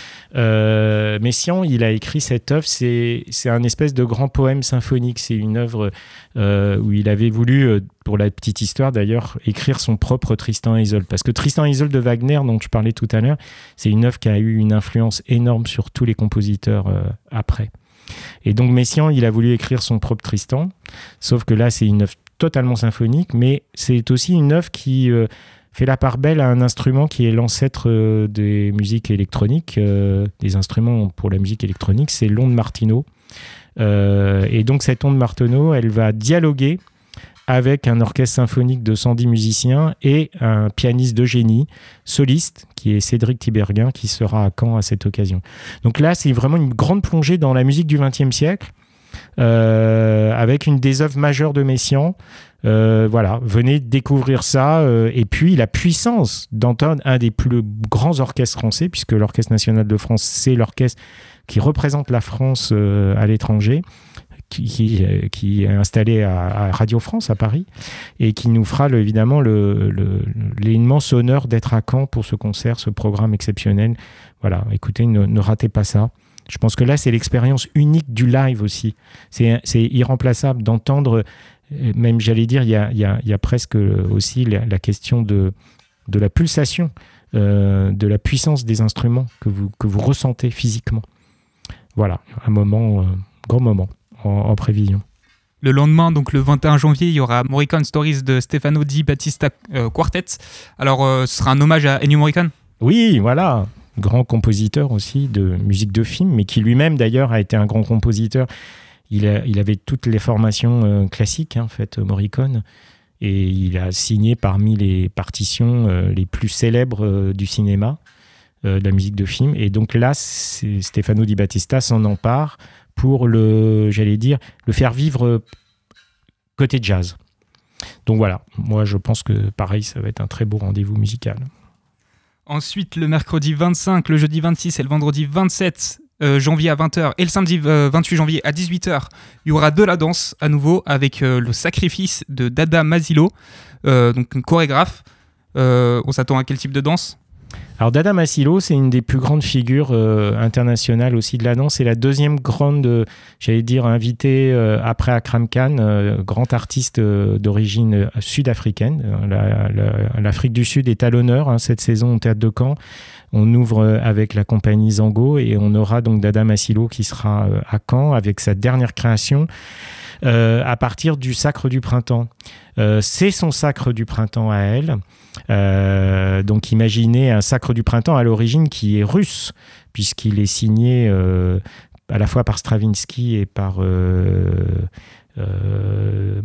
Euh, Messiaen, il a écrit cette œuvre, c'est, c'est un espèce de grand poème symphonique. C'est une œuvre euh, où il avait voulu, euh, pour la petite histoire d'ailleurs, écrire son propre Tristan et Isolde. Parce que Tristan et Isolde de Wagner, dont je parlais tout à l'heure, c'est une œuvre qui a eu une influence énorme sur tous les compositeurs euh, après. Et donc Messiaen, il a voulu écrire son propre Tristan, sauf que là, c'est une œuvre totalement symphonique, mais c'est aussi une œuvre qui euh, fait la part belle à un instrument qui est l'ancêtre euh, des musiques électroniques, euh, des instruments pour la musique électronique, c'est l'onde Martino. Euh, et donc cette onde Martino, elle va dialoguer avec un orchestre symphonique de cent dix musiciens et un pianiste de génie, soliste, qui est Cédric Tiberghien, qui sera à Caen à cette occasion. Donc là, c'est vraiment une grande plongée dans la musique du vingtième siècle, euh, avec une des œuvres majeures de Messiaen. Euh, voilà, venez découvrir ça. Euh, et puis, la puissance d'entendre un des plus grands orchestres français, puisque l'Orchestre national de France, c'est l'orchestre qui représente la France euh, à l'étranger, Qui, qui, qui est installé à, à Radio France à Paris et qui nous fera le, évidemment le, le, l'immense honneur d'être à Caen pour ce concert, ce programme exceptionnel. Voilà, écoutez, ne, ne ratez pas ça. Je pense que là, c'est l'expérience unique du live aussi. C'est, c'est irremplaçable d'entendre, même j'allais dire, il y a, il y a, il y a presque aussi la, la question de, de la pulsation, euh, de la puissance des instruments que vous, que vous ressentez physiquement. Voilà, un moment, euh, grand moment. En, en prévision. Le lendemain, donc le vingt et un janvier, il y aura Morricone Stories de Stefano Di Battista euh, Quartet. Alors, euh, ce sera un hommage à Ennio Morricone ? Oui, voilà. Grand compositeur aussi de musique de film, mais qui lui-même d'ailleurs a été un grand compositeur. Il, a, il avait toutes les formations euh, classiques, hein, en fait, Morricone. Et il a signé parmi les partitions euh, les plus célèbres euh, du cinéma, euh, de la musique de film. Et donc là, c'est Stefano Di Battista s'en empare pour le, j'allais dire, le faire vivre côté jazz. Donc voilà, moi je pense que pareil, ça va être un très beau rendez-vous musical. Ensuite, le mercredi vingt-cinq, le jeudi vingt-six et le vendredi vingt-sept euh, janvier à vingt heures et le samedi euh, vingt-huit janvier à dix-huit heures, il y aura de la danse à nouveau avec euh, le sacrifice de Dada Masilo, euh, donc une chorégraphe. Euh, on s'attend à quel type de danse ? Alors Dada Masilo, c'est une des plus grandes figures euh, internationales aussi de la danse. C'est la deuxième grande, euh, j'allais dire, invitée euh, après Akram Khan, euh, grand artiste euh, d'origine euh, sud-africaine. Euh, la, la, L'Afrique du Sud est à l'honneur hein, cette saison au Théâtre de Caen. On ouvre euh, avec la compagnie Zango et on aura donc Dada Masilo qui sera euh, à Caen avec sa dernière création euh, à partir du Sacre du Printemps. Euh, c'est son Sacre du Printemps à elle. Euh, donc imaginez un Sacre du Printemps à l'origine qui est russe, puisqu'il est signé euh, à la fois par Stravinsky et par euh, euh,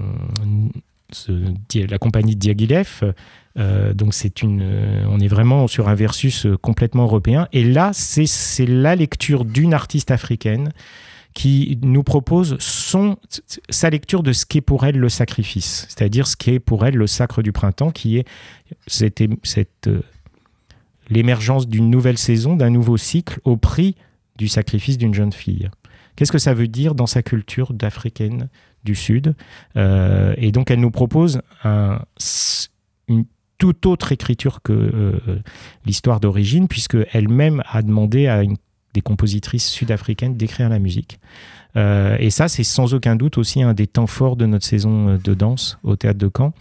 ce, la compagnie de Diaghilev. Euh, donc c'est une, on est vraiment sur un versus complètement européen. Et là, c'est, c'est la lecture d'une artiste africaine qui nous propose son, sa lecture de ce qu'est pour elle le sacrifice, c'est-à-dire ce qu'est pour elle le Sacre du Printemps, qui est cette, cette, euh, l'émergence d'une nouvelle saison, d'un nouveau cycle au prix du sacrifice d'une jeune fille. Qu'est-ce que ça veut dire dans sa culture d'Africaine du Sud ? euh, Et donc elle nous propose un, une toute autre écriture que euh, l'histoire d'origine, puisqu'elle-même a demandé à une des compositrices sud-africaines d'écrire la musique. Euh, et ça, c'est sans aucun doute aussi un des temps forts de notre saison de danse au Théâtre de Caen,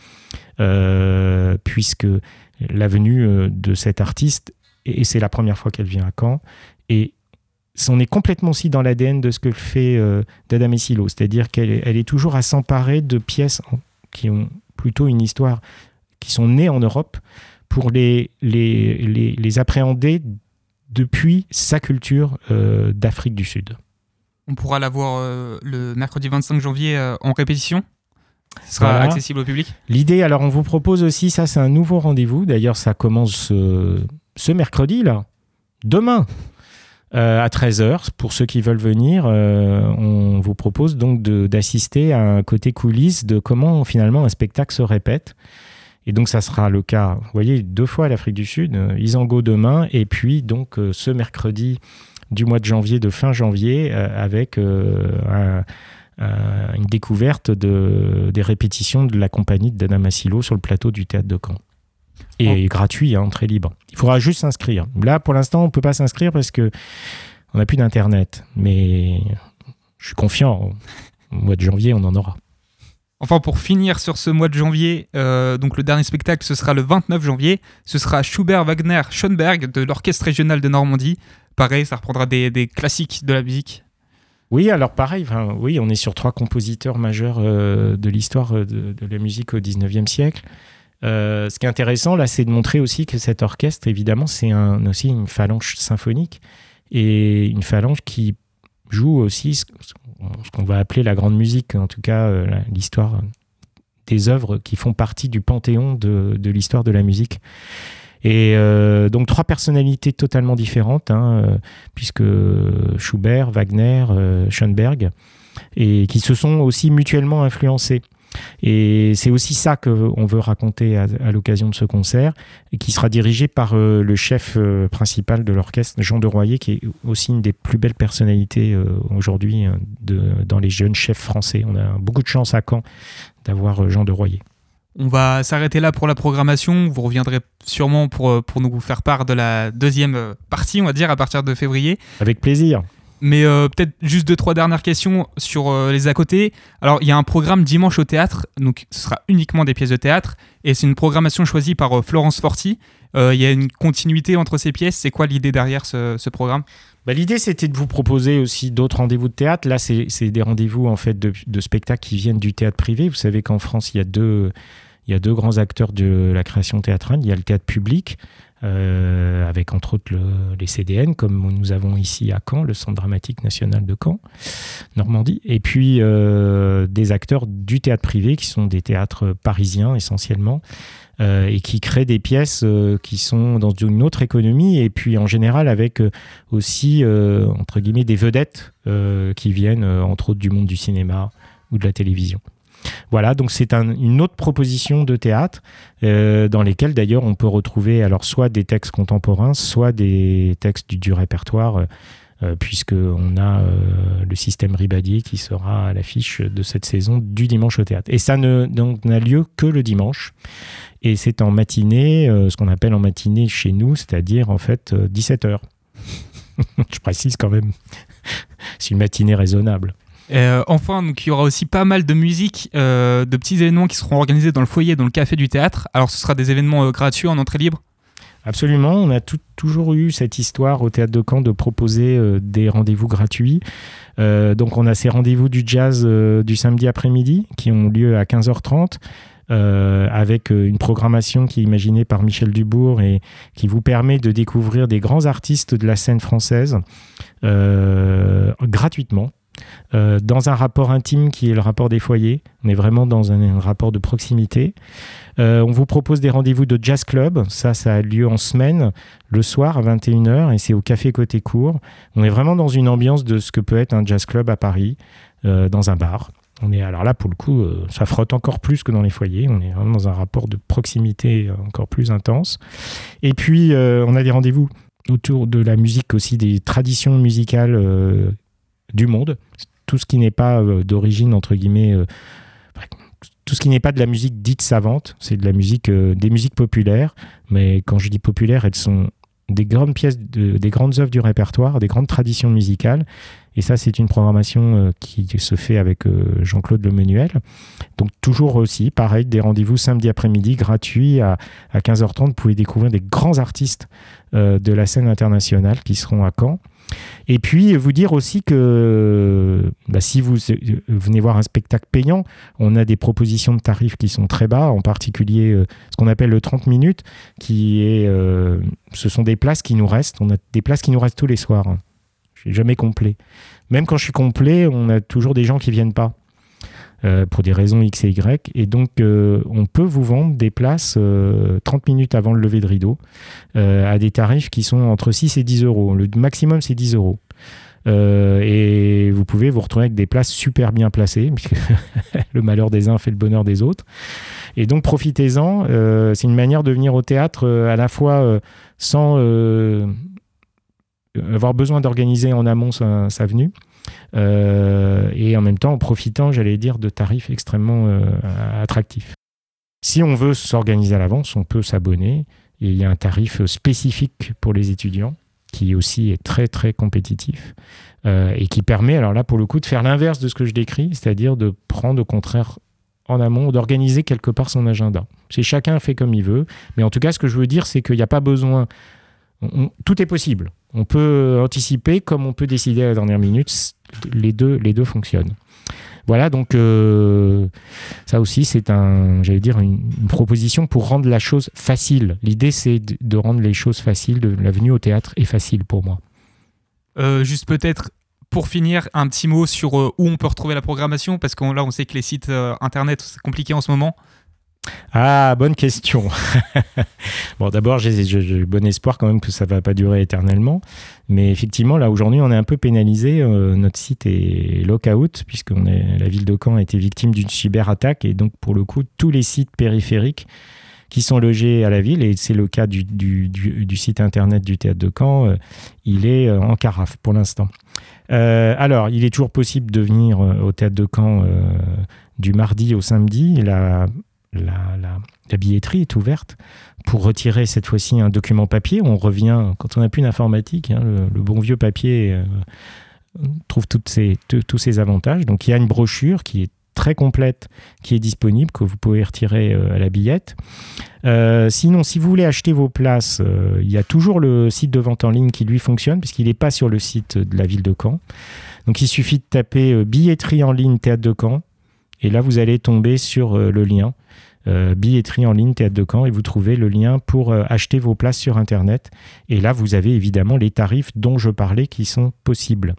euh, puisque la venue de cette artiste, et c'est la première fois qu'elle vient à Caen, et on est complètement aussi dans l'A D N de ce que fait euh, Dada Masilo, c'est-à-dire qu'elle est, elle est toujours à s'emparer de pièces qui ont plutôt une histoire, qui sont nées en Europe, pour les, les, les, les appréhender depuis sa culture euh, d'Afrique du Sud. On pourra la voir euh, le mercredi vingt-cinq janvier euh, en répétition. Ce sera voilà. Accessible au public. L'idée, alors on vous propose aussi, ça c'est un nouveau rendez-vous, d'ailleurs ça commence euh, ce mercredi là, demain euh, à treize heures, pour ceux qui veulent venir, euh, on vous propose donc de, d'assister à un côté coulisses de comment finalement un spectacle se répète. Et donc, ça sera le cas, vous voyez, deux fois à l'Afrique du Sud, Isango demain, et puis donc euh, ce mercredi du mois de janvier, de fin janvier, euh, avec euh, un, un, une découverte de, des répétitions de la compagnie de Dada Masilo sur le plateau du Théâtre de Caen. Et oh. gratuit, hein, très libre. Il faudra juste s'inscrire. Là, pour l'instant, on ne peut pas s'inscrire parce qu'on n'a plus d'Internet. Mais je suis confiant, au mois de janvier, on en aura. Enfin, pour finir sur ce mois de janvier, euh, donc le dernier spectacle, ce sera le vingt-neuf janvier. Ce sera Schubert Wagner Schoenberg de l'Orchestre régional de Normandie. Pareil, ça reprendra des, des classiques de la musique. Oui, alors pareil, enfin, oui, on est sur trois compositeurs majeurs euh, de l'histoire de, de la musique au dix-neuvième siècle. Euh, ce qui est intéressant, là, c'est de montrer aussi que cet orchestre, évidemment, c'est un, aussi une phalange symphonique et une phalange qui joue aussi ce, ce qu'on va appeler la grande musique, en tout cas euh, l'histoire des œuvres qui font partie du panthéon de, de l'histoire de la musique. Et euh, donc trois personnalités totalement différentes, hein, euh, puisque Schubert, Wagner, euh, Schoenberg, et qui se sont aussi mutuellement influencés. Et c'est aussi ça qu'on veut raconter à, à l'occasion de ce concert, et qui sera dirigé par euh, le chef euh, principal de l'orchestre, Jean de Royer, qui est aussi une des plus belles personnalités euh, aujourd'hui hein, de, dans les jeunes chefs français. On a beaucoup de chance à Caen d'avoir euh, Jean de Royer. On va s'arrêter là pour la programmation. Vous reviendrez sûrement pour, pour nous faire part de la deuxième partie, on va dire, à partir de février. Avec plaisir. Mais euh, peut-être juste deux, trois dernières questions sur euh, les à côté. Alors, il y a un programme dimanche au théâtre, donc ce sera uniquement des pièces de théâtre, et c'est une programmation choisie par euh, Florence Forti. Euh, il y a une continuité entre ces pièces. C'est quoi l'idée derrière ce, ce programme ? Bah, l'idée, c'était de vous proposer aussi d'autres rendez-vous de théâtre. Là, c'est, c'est des rendez-vous en fait, de, de spectacles qui viennent du théâtre privé. Vous savez qu'en France, il y a deux... Il y a deux grands acteurs de la création théâtrale. Il y a le théâtre public, euh, avec entre autres le, les C D N, comme nous avons ici à Caen, le Centre dramatique national de Caen, Normandie. Et puis euh, des acteurs du théâtre privé, qui sont des théâtres parisiens essentiellement, euh, et qui créent des pièces euh, qui sont dans une autre économie, et puis en général avec euh, aussi, euh, entre guillemets, des vedettes euh, qui viennent, euh, entre autres, du monde du cinéma ou de la télévision. Voilà, donc c'est un, une autre proposition de théâtre euh, dans lesquelles d'ailleurs on peut retrouver alors soit des textes contemporains, soit des textes du, du répertoire, euh, puisqu'on a euh, le système Ribadier qui sera à l'affiche de cette saison du dimanche au théâtre. Et ça ne, donc, n'a lieu que le dimanche. Et c'est en matinée, euh, ce qu'on appelle en matinée chez nous, c'est-à-dire en fait euh, dix-sept heures. Je précise quand même, c'est une matinée raisonnable. Euh, enfin, donc, il y aura aussi pas mal de musique, euh, de petits événements qui seront organisés dans le foyer, dans le café du théâtre. Alors, ce sera des événements euh, gratuits en entrée libre ? Absolument, on a tout, toujours eu cette histoire au Théâtre de Caen de proposer euh, des rendez-vous gratuits. Euh, donc, on a ces rendez-vous du jazz euh, du samedi après-midi qui ont lieu à quinze heures trente. Euh, avec une programmation qui est imaginée par Michel Dubourg et qui vous permet de découvrir des grands artistes de la scène française euh, gratuitement. Euh, dans un rapport intime qui est le rapport des foyers. On est vraiment dans un, un rapport de proximité. Euh, on vous propose des rendez-vous de jazz club. Ça, ça a lieu en semaine, le soir à vingt et une heures, et c'est au Café Côté Cour. On est vraiment dans une ambiance de ce que peut être un jazz club à Paris, euh, dans un bar. On est, alors là, pour le coup, euh, ça frotte encore plus que dans les foyers. On est vraiment dans un rapport de proximité encore plus intense. Et puis, euh, on a des rendez-vous autour de la musique aussi, des traditions musicales euh, du monde, tout ce qui n'est pas euh, d'origine, entre guillemets, euh, tout ce qui n'est pas de la musique dite savante, c'est de la musique, euh, des musiques populaires, mais quand je dis populaires, elles sont des grandes pièces, de, des grandes œuvres du répertoire, des grandes traditions musicales, et ça c'est une programmation euh, qui se fait avec euh, Jean-Claude Lemenuel. Donc toujours aussi, pareil, des rendez-vous samedi après-midi, gratuits, à, à quinze heures trente, vous pouvez découvrir des grands artistes euh, de la scène internationale qui seront à Caen. Et puis, vous dire aussi que bah, si vous venez voir un spectacle payant, on a des propositions de tarifs qui sont très bas, en particulier euh, ce qu'on appelle le trente minutes, qui est, euh, ce sont des places qui nous restent. On a des places qui nous restent tous les soirs. Je suis jamais complet. Même quand je suis complet, on a toujours des gens qui viennent pas. Euh, pour des raisons X et Y. Et donc, euh, on peut vous vendre des places euh, trente minutes avant le lever de rideau euh, à des tarifs qui sont entre six et dix euros. Le maximum, c'est dix euros. Euh, et vous pouvez vous retrouver avec des places super bien placées, puisque le malheur des uns fait le bonheur des autres. Et donc, profitez-en. Euh, c'est une manière de venir au théâtre euh, à la fois euh, sans euh, avoir besoin d'organiser en amont sa, sa venue. Euh, et en même temps en profitant, j'allais dire, de tarifs extrêmement euh, attractifs. Si on veut s'organiser à l'avance, on peut s'abonner, et il y a un tarif spécifique pour les étudiants qui aussi est très très compétitif euh, et qui permet, alors là pour le coup, de faire l'inverse de ce que je décris, c'est-à-dire de prendre au contraire en amont, d'organiser quelque part son agenda. C'est chacun fait comme il veut, mais en tout cas ce que je veux dire, c'est qu'il n'y a pas besoin, on, tout est possible. On peut anticiper comme on peut décider à la dernière minute. Les deux, les deux fonctionnent. Voilà, donc euh, ça aussi, c'est un, j'allais dire une, une proposition pour rendre la chose facile. L'idée, c'est de, de rendre les choses faciles. De, la venue au théâtre est facile pour moi. Euh, juste peut-être pour finir, un petit mot sur euh, où on peut retrouver la programmation, parce que là, on sait que les sites euh, internet, c'est compliqué en ce moment. Ah, bonne question. Bon, d'abord, j'ai, j'ai, j'ai bon espoir quand même que ça ne va pas durer éternellement. Mais effectivement, là, aujourd'hui, on est un peu pénalisé. Euh, notre site est lock-out, puisque on est, la ville de Caen a été victime d'une cyberattaque. Et donc, pour le coup, tous les sites périphériques qui sont logés à la ville, et c'est le cas du, du, du, du site internet du Théâtre de Caen, euh, il est euh, en carafe pour l'instant. Euh, alors, il est toujours possible de venir euh, au Théâtre de Caen euh, du mardi au samedi. La... La, la, la billetterie est ouverte pour retirer cette fois-ci un document papier. On revient, quand on n'a plus d'informatique, hein, le, le bon vieux papier euh, trouve toutes ces, t- tous ces avantages. Donc il y a une brochure qui est très complète, qui est disponible, que vous pouvez retirer euh, à la billette. Euh, sinon, si vous voulez acheter vos places, euh, il y a toujours le site de vente en ligne qui lui fonctionne, puisqu'il n'est pas sur le site de la ville de Caen. Donc il suffit de taper euh, billetterie en ligne Théâtre de Caen, et là vous allez tomber sur euh, le lien. Euh, billetterie en ligne Théâtre de Caen, et vous trouvez le lien pour euh, acheter vos places sur Internet. Et là, vous avez évidemment les tarifs dont je parlais qui sont possibles.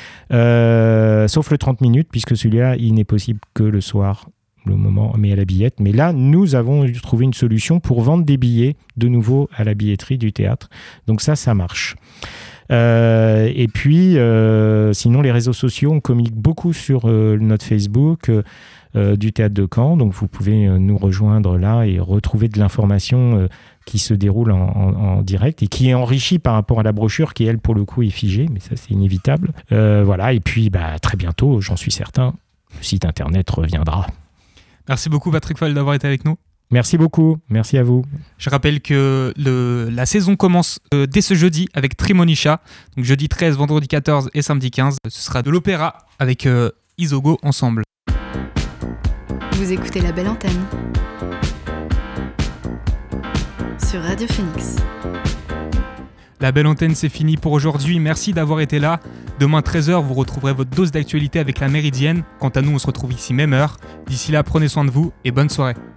Euh, sauf le trente minutes, puisque celui-là, il n'est possible que le soir, le moment, mais à la billette. Mais là, nous avons trouvé une solution pour vendre des billets de nouveau à la billetterie du théâtre. Donc ça, ça marche. Euh, et puis, euh, sinon, les réseaux sociaux, on communique beaucoup sur euh, notre Facebook euh, euh, du Théâtre de Caen. Donc, vous pouvez euh, nous rejoindre là et retrouver de l'information euh, qui se déroule en, en, en direct et qui est enrichie par rapport à la brochure qui, elle, pour le coup, est figée. Mais ça, c'est inévitable. Euh, voilà. Et puis, bah, très bientôt, j'en suis certain, le site Internet reviendra. Merci beaucoup, Patrick Fall, d'avoir été avec nous. Merci beaucoup, merci à vous. Je rappelle que le, la saison commence euh, dès ce jeudi avec Trimonisha, donc jeudi treize, vendredi quatorze et samedi quinze. Ce sera de l'opéra avec euh, Isogo ensemble. Vous écoutez La Belle Antenne sur Radio Phoenix. La Belle Antenne, c'est fini pour aujourd'hui. Merci d'avoir été là. Demain treize heures, vous retrouverez votre dose d'actualité avec la Méridienne. Quant à nous, on se retrouve ici même heure. D'ici là, prenez soin de vous et bonne soirée.